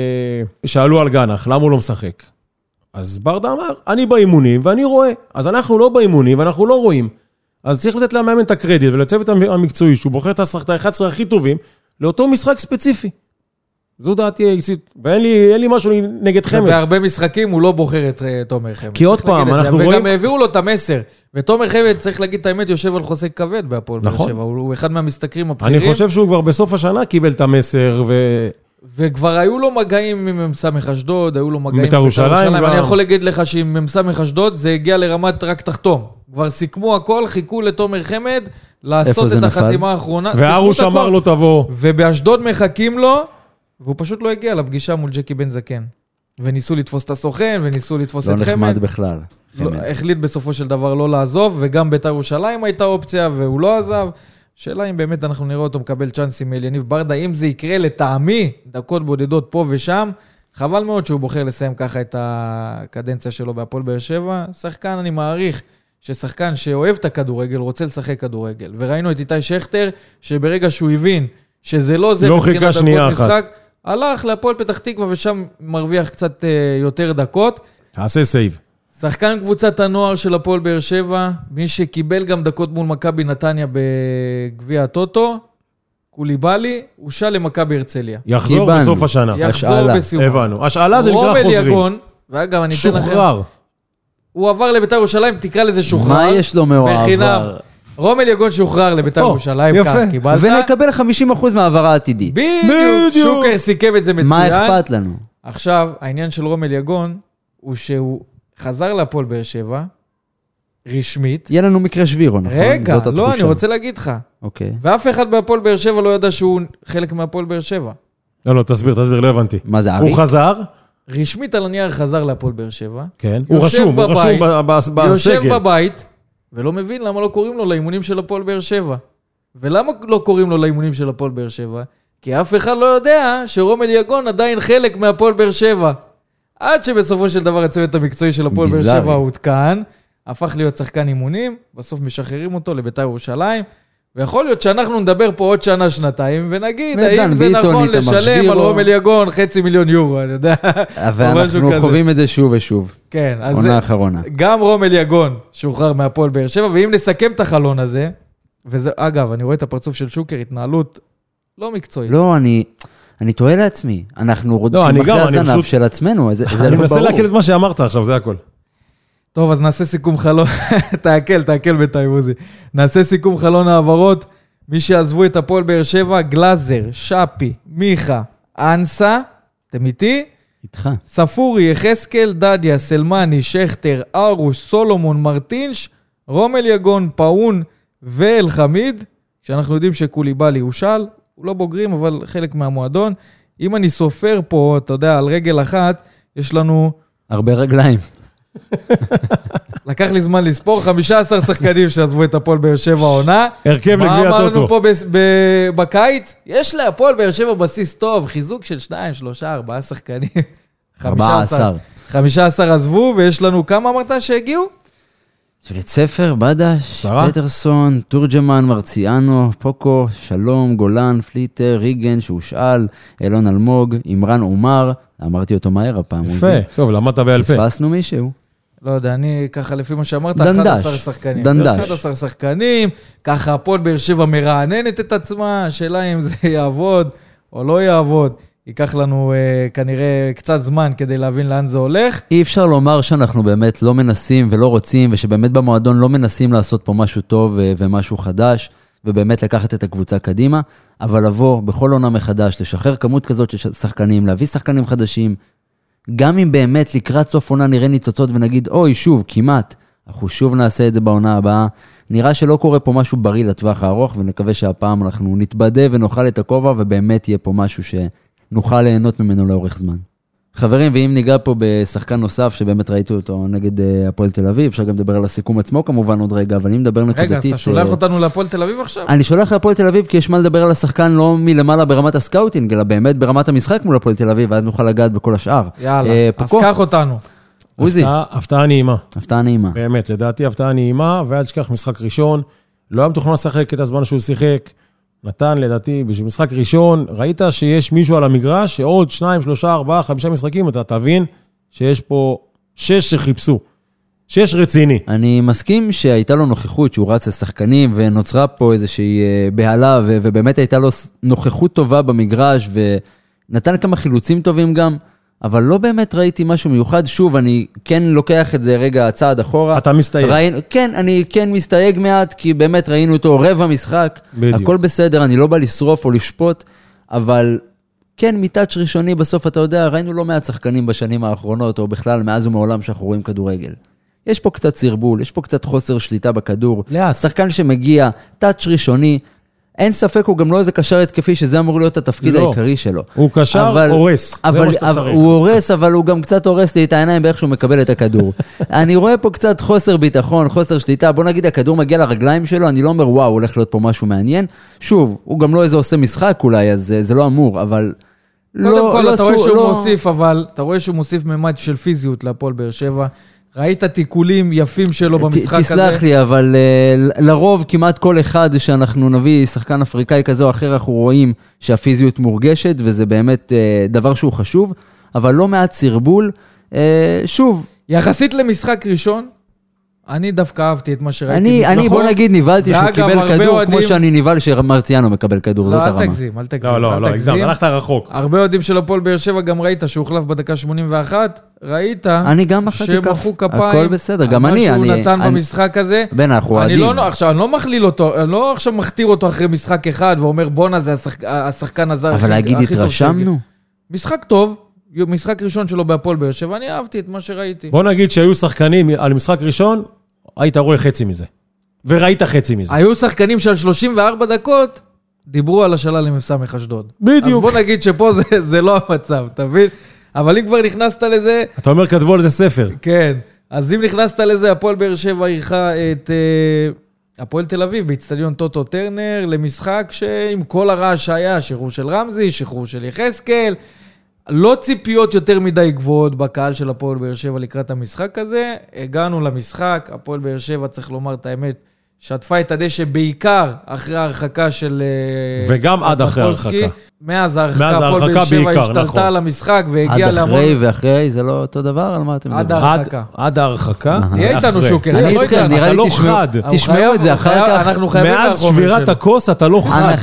Speaker 4: שאלו על גנח, למה הוא לא משחק? אז ברדה אמר, אני באימונים ואני רואה. אז אנחנו לא באימונים ואנחנו לא רואים. אז צריך לתת למאמן את הקרדיט ולצוות המקצועי, שהוא בוחר את ה-11 הכי טובים, לאותו משחק ספציפי. זו דעתי, ואין לי משהו נגד חמד.
Speaker 2: ובהרבה משחקים הוא לא בוחר את תומר חמד.
Speaker 4: כי עוד פעם, אנחנו רואים...
Speaker 2: וגם העבירו לו את המסר. ותומר חמד, צריך להגיד את האמת, יושב על חוסק כבד בהפועל באר שבע. הוא אחד מהמשתכרים הבכירים.
Speaker 4: אני חושב שהוא כבר בסוף השנה קיבל את המסר
Speaker 2: וכבר היו לו מגעים עם ממסמך אשדוד, היו לו מגעים עם
Speaker 4: בית"ר ירושלים.
Speaker 2: אני יכול להגיד לך שעם ממסמך אשדוד זה הגיע לרמת רק תחתום. כבר סיכמו הכל, חיכו לתומר חמד לעשות את החתימה האחרונה.
Speaker 4: והרוש אמר לו תבוא.
Speaker 2: ובאשדוד מחכים לו, והוא פשוט לא הגיע לפגישה מול ג'קי בן זקן. וניסו לתפוס את הסוכן, וניסו לתפוס את חמד.
Speaker 3: לא נחמד בכלל.
Speaker 2: החליט בסופו של דבר לא לעזוב, וגם בית"ר ירושלים הייתה אופציה, והוא לא עזב. שאלה אם באמת אנחנו נראה אותו מקבל צ'אנסים מאליניב ברדה, אם זה יקרה לטעמי, דקות בודדות פה ושם, חבל מאוד שהוא בוחר לסיים ככה את הקדנציה שלו בהפועל באר שבע. שחקן, אני מעריך ששחקן שאוהב את הכדורגל, רוצה לשחק כדורגל. וראינו את איתי שכטר, שברגע שהוא הבין שזה לא זה,
Speaker 4: לא חיכה שנייה אחת.
Speaker 2: הלך להפועל פתח תקווה ושם מרוויח קצת יותר דקות.
Speaker 4: תעשה סייב.
Speaker 2: שחקן קבוצת הנוער של הפועל באר שבע, מי שקיבל גם דקות מול מכבי נתניה בגביע הטוטו, קוליבאלי, הושאל למכבי הרצליה.
Speaker 4: יחזור בסוף השנה.
Speaker 2: יחזור בסיום.
Speaker 4: הבנו. השאלה זה נקרא חוזרים.
Speaker 2: רומל יגון, ואגב, אני אתן לכם...
Speaker 4: שוחרר.
Speaker 2: הוא עבר לבית"ר ירושלים, תקרא לזה שוחרר.
Speaker 3: מה יש לו מהעבר?
Speaker 2: רומל יגון שוחרר לבית"ר ירושלים, כך קיבלת.
Speaker 3: ונקבל 50% מהעברה עתידית.
Speaker 2: בדיוק. שוקר סיכם את זה מצוין.
Speaker 3: מה אכפת לנו?
Speaker 2: עכשיו, העניין של רומל יגון, הוא שהוא חזר להפועל באר שבע, רשמית.
Speaker 3: יהיה לנו מקרה שבירו, נכון?
Speaker 2: רגע, לא, אני רוצה להגיד לך.
Speaker 3: אוקיי.
Speaker 2: ואף אחד בהפועל באר שבע לא ידע שהוא חלק מהפועל באר שבע.
Speaker 4: לא, תסביר, לא הבנתי.
Speaker 3: מה זה, אבי?
Speaker 4: הוא חזר?
Speaker 2: רשמית על הנייר חזר להפועל באר שבע.
Speaker 4: כן. הוא רשום בסגל.
Speaker 2: יושב בבית, ולא מבין למה לא קוראים לו לאימונים של הפועל באר שבע. ולמה לא קוראים לו לאימונים של הפועל באר שבע? כי אף אחד לא יודע שרומל יגון עדיין חלק מהפועל באר שבע. עד שבסופו של דבר הצוות המקצועי של הפועל באר שבע הותקן, הפך להיות שחקן אימונים, בסוף משחררים אותו לבית"ר ירושלים, ויכול להיות שאנחנו נדבר פה עוד שנה, שנתיים, ונגיד, האם זה נכון לשלם על רומל יגון 500,000 יורו, אני יודע.
Speaker 3: ואנחנו חווים את זה שוב ושוב.
Speaker 2: כן.
Speaker 3: עונה אחרונה.
Speaker 2: גם רומל יגון שוחרר מהפועל באר שבע, ואם נסכם את החלון הזה, וזה, אגב, אני רואה את הפרצוף של שוקר, התנהלות לא מקצועית.
Speaker 3: לא, אני טועה לעצמי. אנחנו רודפים אחרי הזנב של עצמנו.
Speaker 4: אני מנסה להקל את מה שאמרת עכשיו, זה הכל.
Speaker 2: טוב, אז נעשה סיכום חלון. תעקל בינתיים, עוזי. נעשה סיכום חלון העברות. מי שעזבו את הפועל באר שבע, גלאזר, שפי, מיכה, אנסה, אתם איתי?
Speaker 3: איתך.
Speaker 2: ספורי, יחזקאל, דדיה, סלמני, שכטר, ארוש, סולומון, מרטינש, רומל יגון, פאון ואל חמיד, כשאנחנו יודעים שקוליבאלי הושל, הוא לא בוגרים, אבל חלק מהמועדון. אם אני סופר פה, אתה יודע, על רגל אחת, יש לנו...
Speaker 3: הרבה רגליים.
Speaker 2: לקח לי זמן לספור, 15 שחקנים שעזבו את הפועל באר שבע העונה.
Speaker 4: הרכב לגביע הטוטו.
Speaker 2: מה אמרנו פה בקיץ? יש להפועל באר שבע בסיס טוב, חיזוק של 2, 3, 4 שחקנים. 15 עזבו, ויש לנו כמה אמרת שהגיעו?
Speaker 3: שלט ספר, בדש, פטרסון, תורג'מן, מרציאנו, פוקו, שלום, גולן, פליטר, ריגן, שהושאל, אילון אלמוג, אמרן עומר, אמרתי אותו מהר הפעם.
Speaker 4: יפה, טוב, למדת בעל פה.
Speaker 3: פספסנו מישהו?
Speaker 2: לא יודע, אני ככה לפי מה שאמרת,
Speaker 3: דנדש.
Speaker 2: 11 שחקנים.
Speaker 3: דנדש.
Speaker 2: 11 שחקנים, ככה הפועל באר שבע מרעננת את עצמה, השאלה אם זה יעבוד או לא יעבוד. ייקח לנו כנראה קצת זמן כדי להבין לאן זה הולך.
Speaker 3: אי אפשר לומר שאנחנו באמת לא מנסים ולא רוצים, ושבאמת במועדון לא מנסים לעשות פה משהו טוב ומשהו חדש, ובאמת לקחת את הקבוצה קדימה, אבל לבוא בכל עונה מחדש, לשחרר כמות כזאת של שחקנים, להביא שחקנים חדשים, גם אם באמת לקראת סוף עונה נראה ניצוצות ונגיד, אוי, שוב, כמעט, אנחנו שוב נעשה את זה בעונה הבאה, נראה שלא קורה פה משהו בריא לטווח הארוך, ונקווה שהפעם אנחנו נתבדה ונאכל את הכובע, ובאמת יהיה פה משהו שנוכל ליהנות ממנו לאורך זמן. חברים, ואם ניגע פה בשחקן נוסף, שבאמת ראיתי אותו נגד הפועל תל אביב, אפשר גם לדבר על הסיכום עצמו כמובן עוד רגע, אבל אם נדבר נקודתית...
Speaker 2: רגע, אז אתה שולח אותנו להפועל תל אביב עכשיו?
Speaker 3: אני שולח להפועל תל אביב, כי יש מה לדבר על השחקן לא מלמעלה ברמת הסקאוטינג, אלא באמת ברמת המשחק מול הפועל תל אביב, ואז נוכל לגעת בכל השאר.
Speaker 2: יאללה, אז קח אותנו.
Speaker 3: עוזי.
Speaker 4: הפתעה נעימה.
Speaker 3: הפתעה נעימה.
Speaker 4: באמת, לדעתי הפתעה נעימה, ועד שכך משחק ראשון, לא היה מתוכנן לשחק את הזמן שהוא שיחק, נתן לדעתי, בשביל משחק ראשון, ראית שיש מישהו על המגרש, שעוד 2, 3, 4, 5 משחקים, אתה תבין שיש פה 6 שחיפשו. 6 רציני.
Speaker 3: אני מסכים שהייתה לו נוכחות, שהוא רץ לשחקנים, ונוצרה פה איזושהי בהלה, ובאמת הייתה לו נוכחות טובה במגרש, ונתן כמה חילוצים טובים גם, אבל לא באמת ראיתי משהו מיוחד. שוב, אני כן לוקח את זה רגע צעד אחורה.
Speaker 4: אתה מסתייג.
Speaker 3: כן, אני כן מסתייג מעט, כי באמת ראינו אותו רבע משחק.
Speaker 4: בדיוק.
Speaker 3: הכל בסדר, אני לא בא לשרוף או לשפוט, אבל כן, מטאץ' ראשוני בסוף, אתה יודע, ראינו לא מעט שחקנים בשנים האחרונות, או בכלל מאז ומעולם שאנחנו רואים כדורגל. יש פה קצת סרבול, יש פה קצת חוסר שליטה בכדור. שחקן שמגיע, טאץ' ראשוני, אין ספק, הוא גם לא איזה קשר התקפי, שזה אמור להיות התפקיד העיקרי שלו.
Speaker 4: הוא קשר הורס, זה מה שאתה צריך.
Speaker 3: הוא הורס, אבל הוא גם קצת הורס לי את העיניים באיך שהוא מקבל את הכדור. אני רואה פה קצת חוסר ביטחון, חוסר שליטה, בוא נגיד, הכדור מגיע לרגליים שלו, אני לא אומר, וואו, הולך להיות פה משהו מעניין. שוב, הוא גם לא איזה עושה משחק אולי, אז זה לא אמור, אבל...
Speaker 2: קודם כל, אתה רואה שהוא מוסיף, אבל אתה רואה שהוא מוסיף ממד של פיזיות להפועל באר שבע. ראית תיקולים יפים שלו במשחק הזה?
Speaker 3: תסלח לי, אבל לרוב כמעט כל אחד שאנחנו נביא שחקן אפריקאי כזה או אחר, אנחנו רואים שהפיזיות מורגשת, וזה באמת דבר שהוא חשוב, אבל לא מעט סרבול. שוב.
Speaker 2: יחסית למשחק ראשון, אני דווקא אהבתי את מה שראיתי.
Speaker 3: אני בוא נגיד ניבלתי שהוא קיבל כדור, כמו שאני ניבל שמרציאנו מקבל כדור, זאת הרמה.
Speaker 2: אל תגזים, אל תגזים.
Speaker 4: לא, הלכת רחוק.
Speaker 2: הרבה אוהדים של הפועל באר שבע גם ראית שהוא הוחלף בדקה 81, ראית שמחאו כפיים.
Speaker 3: הכל בסדר, גם אני.
Speaker 2: מה שהוא נתן במשחק הזה.
Speaker 3: בין אנחנו אוהדים.
Speaker 2: עכשיו, אני לא מכליל אותו, אני לא עכשיו מכתיר אותו אחרי משחק אחד, ואומר בונה זה השחקן הזר הכי טוב.
Speaker 3: אבל להגיד התרשמנו?
Speaker 2: משחק טוב. משחק ראשון שלו בהפועל באר שבע, אני אהבתי את מה שראיתי.
Speaker 4: בוא נגיד שהיו שחקנים על משחק ראשון, היית רואה חצי מזה. וראית חצי מזה.
Speaker 2: היו שחקנים של 34 דקות, דיברו על השאלה למסמך אשדוד.
Speaker 4: בדיוק.
Speaker 2: אז בוא נגיד שפה זה לא המצב, אתה מבין? אבל אם כבר נכנסת לזה...
Speaker 4: אתה אומר כתבו על זה ספר.
Speaker 2: כן. אז אם נכנסת לזה, הפועל באר שבע עירכה את הפועל תל אביב, באצטדיון טוטו טרנר, למשחק שעם כל הרעש שהיה, שחרור של רמזי, שחרור של יחזקאל, לא ציפיות יותר מדי גבוהות בקהל של הפועל באר שבע לקראת המשחק הזה. הגענו למשחק, הפועל באר שבע, צריך לומר את האמת, שטפה את הדשא בעיקר אחרי ההרחקה של...
Speaker 4: וגם עד אחרי ההרחקה.
Speaker 2: מאז ההרחקה, הפועל באר שבע השתלטה על המשחק והגיע להמון...
Speaker 3: עד אחרי ואחרי זה לא אותו דבר? על מה אתם מדברים?
Speaker 4: עד ההרחקה.
Speaker 2: תהיה איתנו שוקר.
Speaker 3: אני איתכם, נראה לי תשמעו את זה אחר כך.
Speaker 2: אנחנו חייבים
Speaker 4: מאז שבירת הכוס אתה לא חד.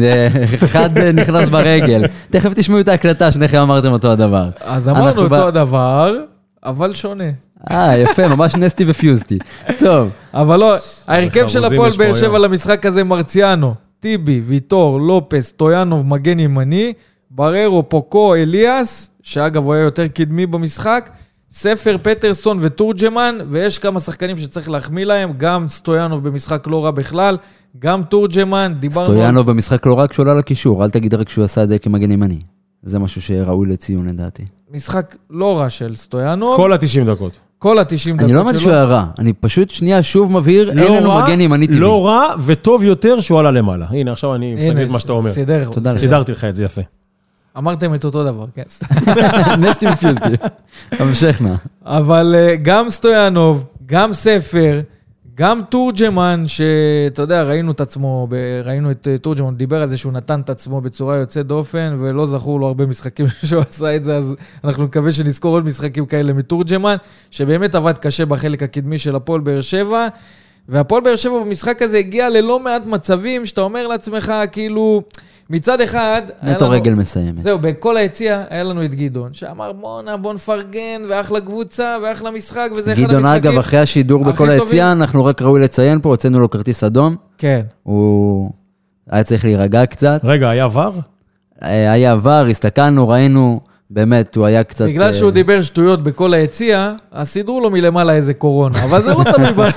Speaker 3: חד נכנס ברגל. תכף תשמעו את ההקלטה, שניכם אמרתם אותו הדבר.
Speaker 2: אז אמרנו אותו הדבר, אבל שונה.
Speaker 3: יפה, ממש נסטי ופיוזטי. טוב.
Speaker 2: אבל לא, ההרכב של הפועל באר שבע למשחק הזה, מרציאנו, טיבי, ויטור, לופס, טויאנוב, מגן ימני, בררו, פוקו, אליאס, שאגב הוא היה יותר קדמי במשחק, ספר, פטרסון וטורג'מן, ויש כמה שחקנים שצריך להחמיא להם, גם סטויאנוב במשחק לא רע בכלל, גם טורג'מן, דיברנו...
Speaker 3: סטויאנוב במשחק לא רע כשעולה לקישור, אל תגיד רק שהוא עשה את זה כמגן ימני. זה משהו שראוי לציון לדעתי.
Speaker 2: משחק לא רע של סטויאנוב.
Speaker 4: כל ה-90 דקות.
Speaker 2: כל ה-90 דקות שלו.
Speaker 3: אני לא אומר שהוא היה רע, אני פשוט שנייה שוב מבהיר, אין לנו מגן ימני טבעי.
Speaker 4: לא רע וטוב יותר שהוא עלה למעלה. הנה, עכשיו אני מסתכל את מה שאתה אומר. סידרתי לך את זה יפה.
Speaker 2: אמרתם את אותו דבר, כן.
Speaker 3: נסטי ופיוזטי. המשכנה.
Speaker 2: אבל גם סטויאנוב, גם ספר, גם טורג'מן, שאתה יודע, ראינו את טורג'מן, דיבר על זה שהוא נתן את עצמו בצורה יוצאת דופן, ולא זכור לו הרבה משחקים שהוא עשה את זה, אז אנחנו מקווה שנזכור עוד משחקים כאלה מטורג'מן, שבאמת עבד קשה בחלק הקדמי של הפועל באר שבע, והפועל באר שבע במשחק הזה הגיע ללא מעט מצבים, שאתה אומר לעצמך, כאילו, מצד אחד...
Speaker 3: נטו רגל מסיימת.
Speaker 2: זהו, בכל היציאה היה לנו את גדעון, שאמר בוא נפרגן, ואחלה קבוצה, ואחלה משחק, וזה אחד המשחקים.
Speaker 3: גדעון אגב, אחרי השידור בכל היציאה, אנחנו רק ראוי לציין פה, הוצאנו לו כרטיס אדום.
Speaker 2: כן.
Speaker 3: הוא היה צריך להירגע קצת.
Speaker 4: רגע, היה עבר?
Speaker 3: היה עבר, הסתכלנו, ראינו, באמת, הוא היה קצת...
Speaker 2: בגלל שהוא דיבר שטויות בכל היציאה, אז סידרו לו מלמעלה איזה קורונה, אבל זה לא תלוי בנו.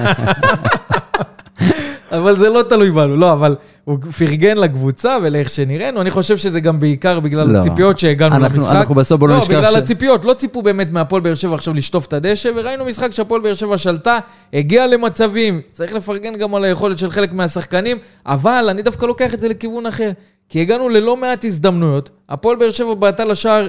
Speaker 2: אבל זה לא תלוי בנו, לא, אבל הוא פרגן לקבוצה ולאיך שנראינו, אני חושב שזה גם בעיקר בגלל הציפיות שהגענו למשחק.
Speaker 3: אנחנו בסוף בוא לא נשכח
Speaker 2: בגלל הציפיות, לא ציפו באמת מהפועל באר שבע עכשיו לשטוף את הדשא, וראינו משחק שהפועל באר שבע שלטה, הגיע למצבים, צריך לפרגן גם על היכולת של חלק מהשחקנים, אבל אני דווקא לוקח את זה לכיוון אחר, כי הגענו ללא מעט הזדמנויות, הפועל באר שבע בעטה לשער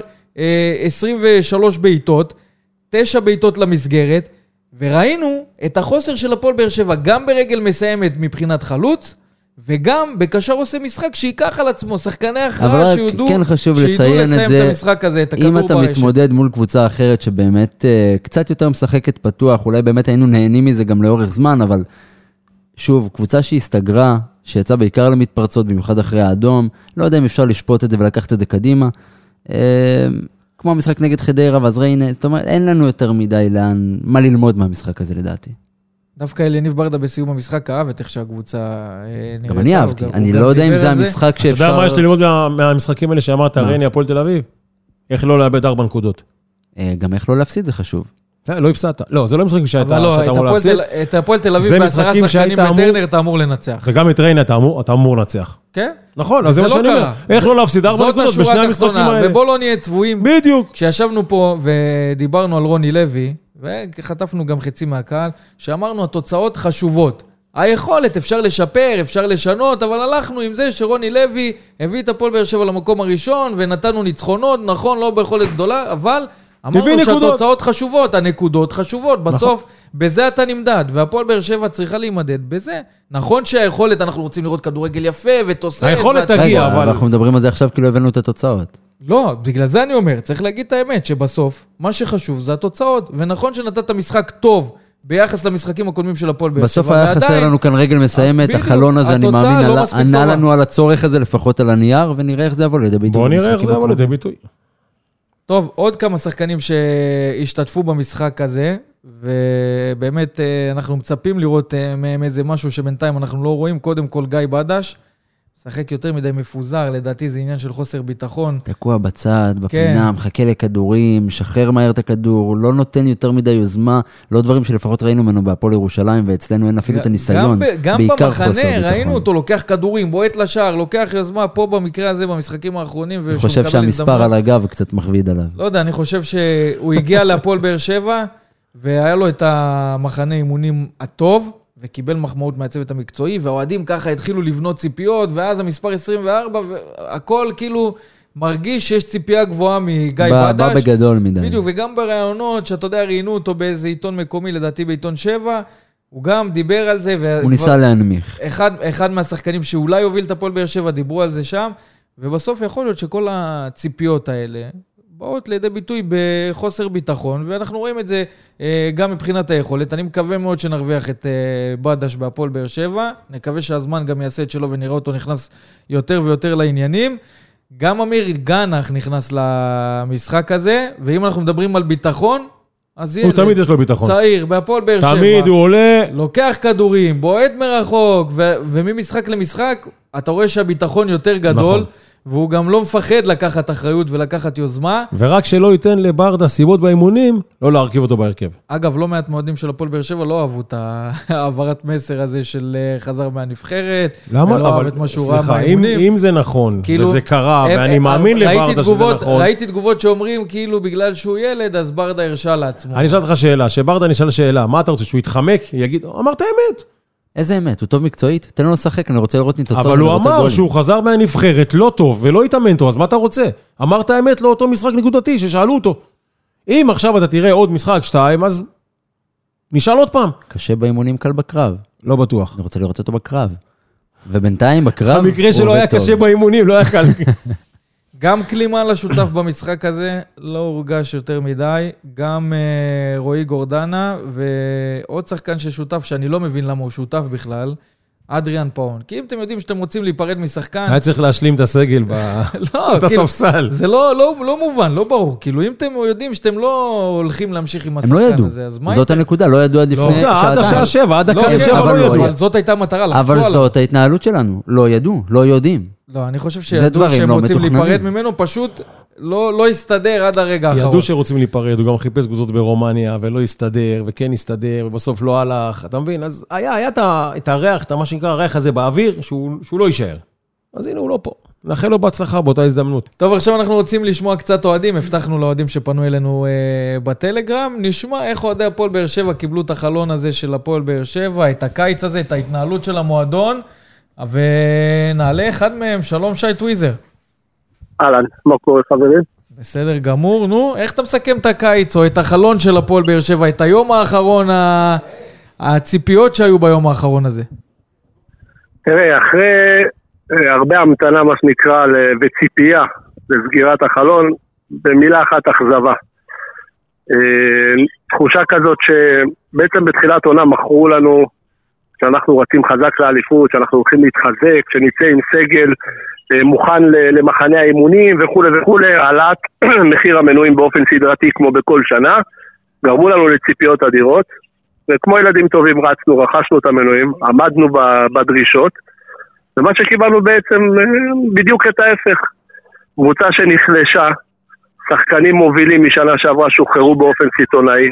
Speaker 2: 23 בעיטות, 9 בעיטות למסגרת, וראינו את החוסר של הפועל באר שבע, גם ברגל מסיימת מבחינת חלוץ, וגם בקשר עושה משחק שיקח על עצמו, שחקני הכרעה שיודעו לסיים את המשחק הזה, את הכדור ברשת.
Speaker 3: אם אתה מתמודד מול קבוצה אחרת שבאמת קצת יותר משחקת פתוח, אולי באמת היינו נהנים מזה גם לאורך זמן, אבל שוב, קבוצה שהסתגרה, שיצאה בעיקר למתפרצות, במיוחד אחרי האדום, לא יודע אם אפשר לשפוט את זה ולקחת את זה קדימה, כמו המשחק נגד חדרה ואז ריינה, זאת אומרת, אין לנו יותר מדי מה ללמוד מהמשחק הזה לדעתי.
Speaker 2: דווקא אליניב ברדה בסיום המשחק אהב את איך שהקבוצה נראית.
Speaker 3: גם אני אהבתי, אני לא יודע אם זה המשחק שאפשר...
Speaker 4: אתה יודע מה יש לי ללמוד מהמשחקים האלה שאמרת, ריינה, הפועל תל אביב? איך לא לאבד 4 נקודות.
Speaker 3: גם איך לא להפסיד זה חשוב.
Speaker 4: לא הפסדת. לא, זה לא משחקים שאתה אמור
Speaker 2: להפסיד. את הפועל תל אביב ב10 שחקנים בטרנר אתה אמור לנצח.
Speaker 4: וגם את ריינה אתה אמור לנצח.
Speaker 2: כן?
Speaker 4: נכון, אז זה מה שאני אומר. איך לא להפסיד 4 נקודות בשני המשחקים האלה.
Speaker 2: ובוא לא נהיה צבועים.
Speaker 4: בדיוק.
Speaker 2: כשישבנו פה ודיברנו על רוני לוי, וחטפנו גם חצי מהקהל, שאמרנו התוצאות חשובות. היכולת אפשר לשפר, אפשר לשנות, אבל הלכנו עם זה שרוני לוי הביא את הפועל באר שבע למקום הראשון, ונתנו ניצחונות, נכון, לא ביכולת גדולה, אבל אמרנו שהתוצאות חשובות, הנקודות חשובות, בסוף בזה אתה נמדד, והפועל באר שבע צריכה להימדד בזה. נכון שהיכולת, אנחנו רוצים לראות כדורגל יפה ותוסס.
Speaker 4: היכולת תגיע, אבל...
Speaker 3: אנחנו מדברים על זה עכשיו כאילו הבאנו את התוצאות.
Speaker 2: לא, בגלל זה אני אומר, צריך להגיד את האמת, שבסוף מה שחשוב זה התוצאות, ונכון שנתת משחק טוב ביחס למשחקים הקודמים של הפועל באר שבע.
Speaker 3: בסוף היה חסר לנו כאן רגל מסיימת, החלון הזה אני מאמין, ענה לנו על הצורך הזה לפחות על הנייר, ונראה איך זה יבוא לידי ביטוי.
Speaker 4: בוא נראה איך זה יבוא לידי ביטוי.
Speaker 2: טוב, עוד כמה שחקנים שהשתתפו במשחק הזה, ובאמת אנחנו מצפים לראות מהם איזה משהו שבינתיים אנחנו לא רואים, קודם כל גיא בדש, שחק יותר מדי מפוזר, לדעתי זה עניין של חוסר ביטחון.
Speaker 3: תקוע בצד, בפינה, מחכה לכדורים, שחרר מהר את הכדור, לא נותן יותר מדי יוזמה, לא דברים שלפחות ראינו ממנו בהפועל ירושלים, ואצלנו אין אפילו את הניסיון,
Speaker 2: גם במחנה ראינו אותו, לוקח כדורים, בועט לשער, לוקח יוזמה, פה במקרה הזה, במשחקים האחרונים,
Speaker 3: אני חושב שהמספר על הגב קצת מכביד עליו.
Speaker 2: לא יודע, אני חושב שהוא הגיע להפועל באר שבע, והיה לו את המחנה אימונים הטוב, וקיבל מחמאות מהצוות המקצועי, והאוהדים ככה התחילו לבנות ציפיות, ואז המספר 24, והכל כאילו מרגיש שיש ציפייה גבוהה מגיא בדש.
Speaker 3: בא בגדול מדי.
Speaker 2: בדיוק, וגם ברעיונות, שאתה יודע, ראיינו אותו באיזה עיתון מקומי, לדעתי בעיתון 7, הוא גם דיבר על זה.
Speaker 3: הוא ניסה להנמיך.
Speaker 2: אחד מהשחקנים שאולי הוביל את הפועל באר שבע, דיברו על זה שם, ובסוף יכול להיות שכל הציפיות האלה, באות לידי ביטוי בחוסר ביטחון, ואנחנו רואים את זה גם מבחינת היכולת. אני מקווה מאוד שנרוויח את בדש בהפועל באר שבע, נקווה שהזמן גם יעשה את שלו ונראה אותו נכנס יותר ויותר לעניינים. גם אמיר גנח נכנס למשחק הזה, ואם אנחנו מדברים על ביטחון, אז
Speaker 4: הוא תמיד יש לו ביטחון.
Speaker 2: צעיר, בהפועל באר שבע.
Speaker 4: תמיד הוא עולה.
Speaker 2: לוקח כדורים, בועט מרחוק, וממשחק למשחק, אתה רואה שהביטחון יותר גדול, נכון. והוא גם לא מפחד לקחת אחריות ולקחת יוזמה.
Speaker 4: ורק שלא ייתן לברדה סיבות באימונים, לא להרכיב אותו בהרכב.
Speaker 2: אגב, לא מעט מועדים של הפועל באר שבע לא אהבו את העברת מסר הזה של חזר מהנבחרת.
Speaker 4: למה?
Speaker 2: ולא אהב את מה שהוא ראה באימונים.
Speaker 4: אם זה נכון, כאילו, וזה קרה, ואני מאמין לברדה שזה נכון.
Speaker 2: ראיתי תגובות שאומרים, כאילו, בגלל שהוא ילד, אז ברדה הרשה לעצמו.
Speaker 4: אני אשאל אותך שאלה, שברדה נשאל שאלה, מה אתה רוצה, שהוא יתחמק, יגיד, אמרת אמת.
Speaker 3: איזה אמת? הוא טוב מקצועית? תן לו לשחק, אני רוצה לראות ניצוצות.
Speaker 4: אבל הוא אמר שהוא חזר מהנבחרת לא טוב, ולא התאמן טוב, אז מה אתה רוצה? אמרת האמת לא אותו משחק נקודתי, ששאלו אותו. אם עכשיו אתה תראה עוד משחק 2, אז נשאל עוד פעם.
Speaker 3: קשה באימונים, קל בקרב.
Speaker 4: לא בטוח.
Speaker 3: אני רוצה לראות אותו בקרב. ובינתיים בקרב...
Speaker 4: המקרה שלו היה קשה באימונים, לא היה קל.
Speaker 2: גם קלימה לשותף במשחק הזה, לא הורגש יותר מדי, גם רועי גורדנה, ועוד שחקן ששותף, שאני לא מבין למה הוא שותף בכלל, אדריאן פאון. כי אם אתם יודעים שאתם רוצים להיפרד משחקן...
Speaker 4: היה צריך להשלים את הסגל את הספסל.
Speaker 2: זה לא מובן, לא ברור. כאילו, אם אתם יודעים שאתם לא הולכים להמשיך עם השחקן הזה, אז מה...
Speaker 3: זאת הנקודה, לא ידעו עד לפני שעתיים.
Speaker 4: עד השעה 7, עד הקו 7 לא ידעו.
Speaker 2: אבל זאת הייתה מטרה, לחצו
Speaker 3: עליו. אבל זאת ההתנהלות שלנו, לא ידעו, לא יודעים.
Speaker 2: לא, אני חושב שידעו שהם רוצים להיפרד ממנו, פשוט לא יסתדר עד הרגע האחרון.
Speaker 4: ידעו שרוצים להיפרד, הוא גם חיפש קבוצות ברומניה, ולא יסתדר, וכן יסתדר, ובסוף לא הלך, אתה מבין? אז היה את הריח, את מה שנקרא הריח הזה באוויר, שהוא לא יישאר. אז הנה, הוא לא פה. נאחל לו בהצלחה באותה הזדמנות.
Speaker 2: טוב, עכשיו אנחנו רוצים לשמוע קצת אוהדים, הבטחנו לאוהדים שפנו אלינו בטלגרם, נשמע איך אוהדי הפועל באר שבע קיבלו את החלון הזה של הפועל באר שבע, את הקיץ הזה, את ההתנהלות של המועדון, ונעלה אחד מהם, שלום שי טוויזר.
Speaker 5: אהלן, מה קורה חברים?
Speaker 2: בסדר גמור, נו, איך אתה מסכם את הקיץ או את החלון של הפועל באר שבע, את היום האחרון, הציפיות שהיו ביום האחרון הזה?
Speaker 5: תראה, אחרי הרבה המתנה מה שנקרא וציפייה לסגירת החלון, במילה אחת אכזבה. תחושה כזאת שבעצם בתחילת עונה מכרו לנו שאנחנו רצים חזק לאליפות, שאנחנו הולכים להתחזק, שנצא עם סגל מוכן למחנה האימונים וכו' וכו', העלאת מחיר המנויים באופן סדרתי כמו בכל שנה, גרמו לנו לציפיות אדירות, וכמו ילדים טובים רצנו, רכשנו את המנויים, עמדנו בדרישות, ומה שקיבלנו בעצם בדיוק את ההפך, קבוצה שנחלשה, שחקנים מובילים משנה שעברה שוחררו באופן סיטונאי,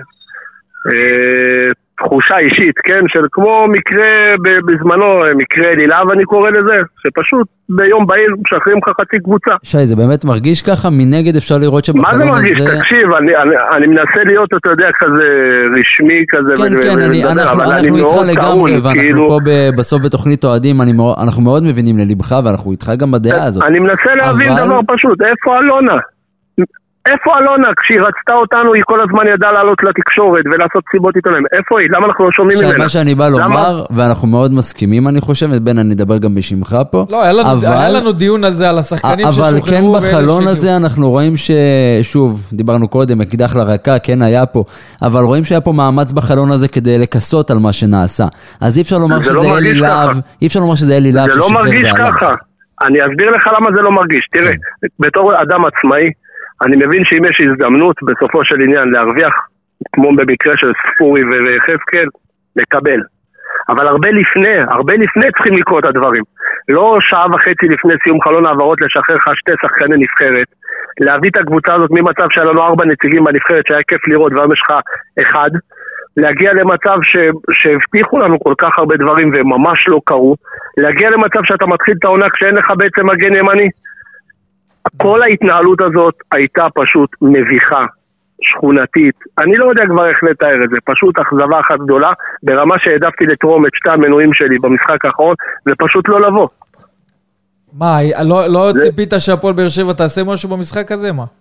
Speaker 5: תחושה אישית, כן, של כמו מקרה בזמנו, מקרה אלילה, ואני קורא לזה, שפשוט ביום בהיר משחררים לך חצי קבוצה.
Speaker 3: שי, זה באמת מרגיש ככה? מנגד אפשר לראות שבחלון הזה...
Speaker 5: מה זה מרגיש? תקשיב, אני מנסה להיות, אתה יודע, כזה רשמי כזה.
Speaker 3: כן, אנחנו איתך לגמרי, ואנחנו פה בסוף בתוכנית אוהדים, אנחנו מאוד מבינים ללבך, ואנחנו איתך גם בדעה הזאת.
Speaker 5: אני מנסה להבין דבר פשוט, איפה אלונה? איפה אלונה? כשהיא רצתה אותנו, היא כל הזמן ידעה לעלות לתקשורת ולעשות סיבות עיתונאים. איפה היא? למה אנחנו לא שומעים ממנה?
Speaker 3: מה שאני בא לומר, ואנחנו מאוד מסכימים, אני חושב, בן אני אדבר גם בשמך פה.
Speaker 2: לא, היה לנו דיון על זה, על השחקנים ששוחררו.
Speaker 3: אבל כן בחלון הזה אנחנו רואים ששוב, דיברנו קודם, אקדח לרקה, כן היה פה, אבל רואים שהיה פה מאמץ בחלון הזה כדי לקסות על מה שנעשה. אז אי אפשר לומר שזה אלי להב, אי אפשר לומר שזה אלי להב
Speaker 5: ששחרר. זה לא מרגיש ככה. אני אסביר לך למה זה לא מרגיש. תראה, בתור אדם עצמאי, אני מבין שאם יש הזדמנות בסופו של עניין להרוויח, כמו במקרה של ספורי וחזקאל, לקבל. אבל הרבה לפני צריכים לקרוא את הדברים. לא שעה וחצי לפני סיום חלון העברות לשחרר לך 2 שחקני נבחרת, להביא את הקבוצה הזאת ממצב שהיה לנו 4 נציגים בנבחרת שהיה כיף לראות והיום יש לך 1, להגיע למצב שהבטיחו לנו כל כך הרבה דברים וממש לא קרו, להגיע למצב שאתה מתחיל את העונה כשאין לך בעצם מגן ימני. כל ההתנהלות הזאת הייתה פשוט מביכה, שכונתית, אני לא יודע כבר איך לתאר את זה, פשוט אכזבה אחת גדולה, ברמה שהעדפתי לתרום את 2 המנויים שלי במשחק האחרון, ופשוט לא לבוא.
Speaker 2: מה, לא ציפית שהפועל באר שבע תעשה משהו במשחק הזה, מה?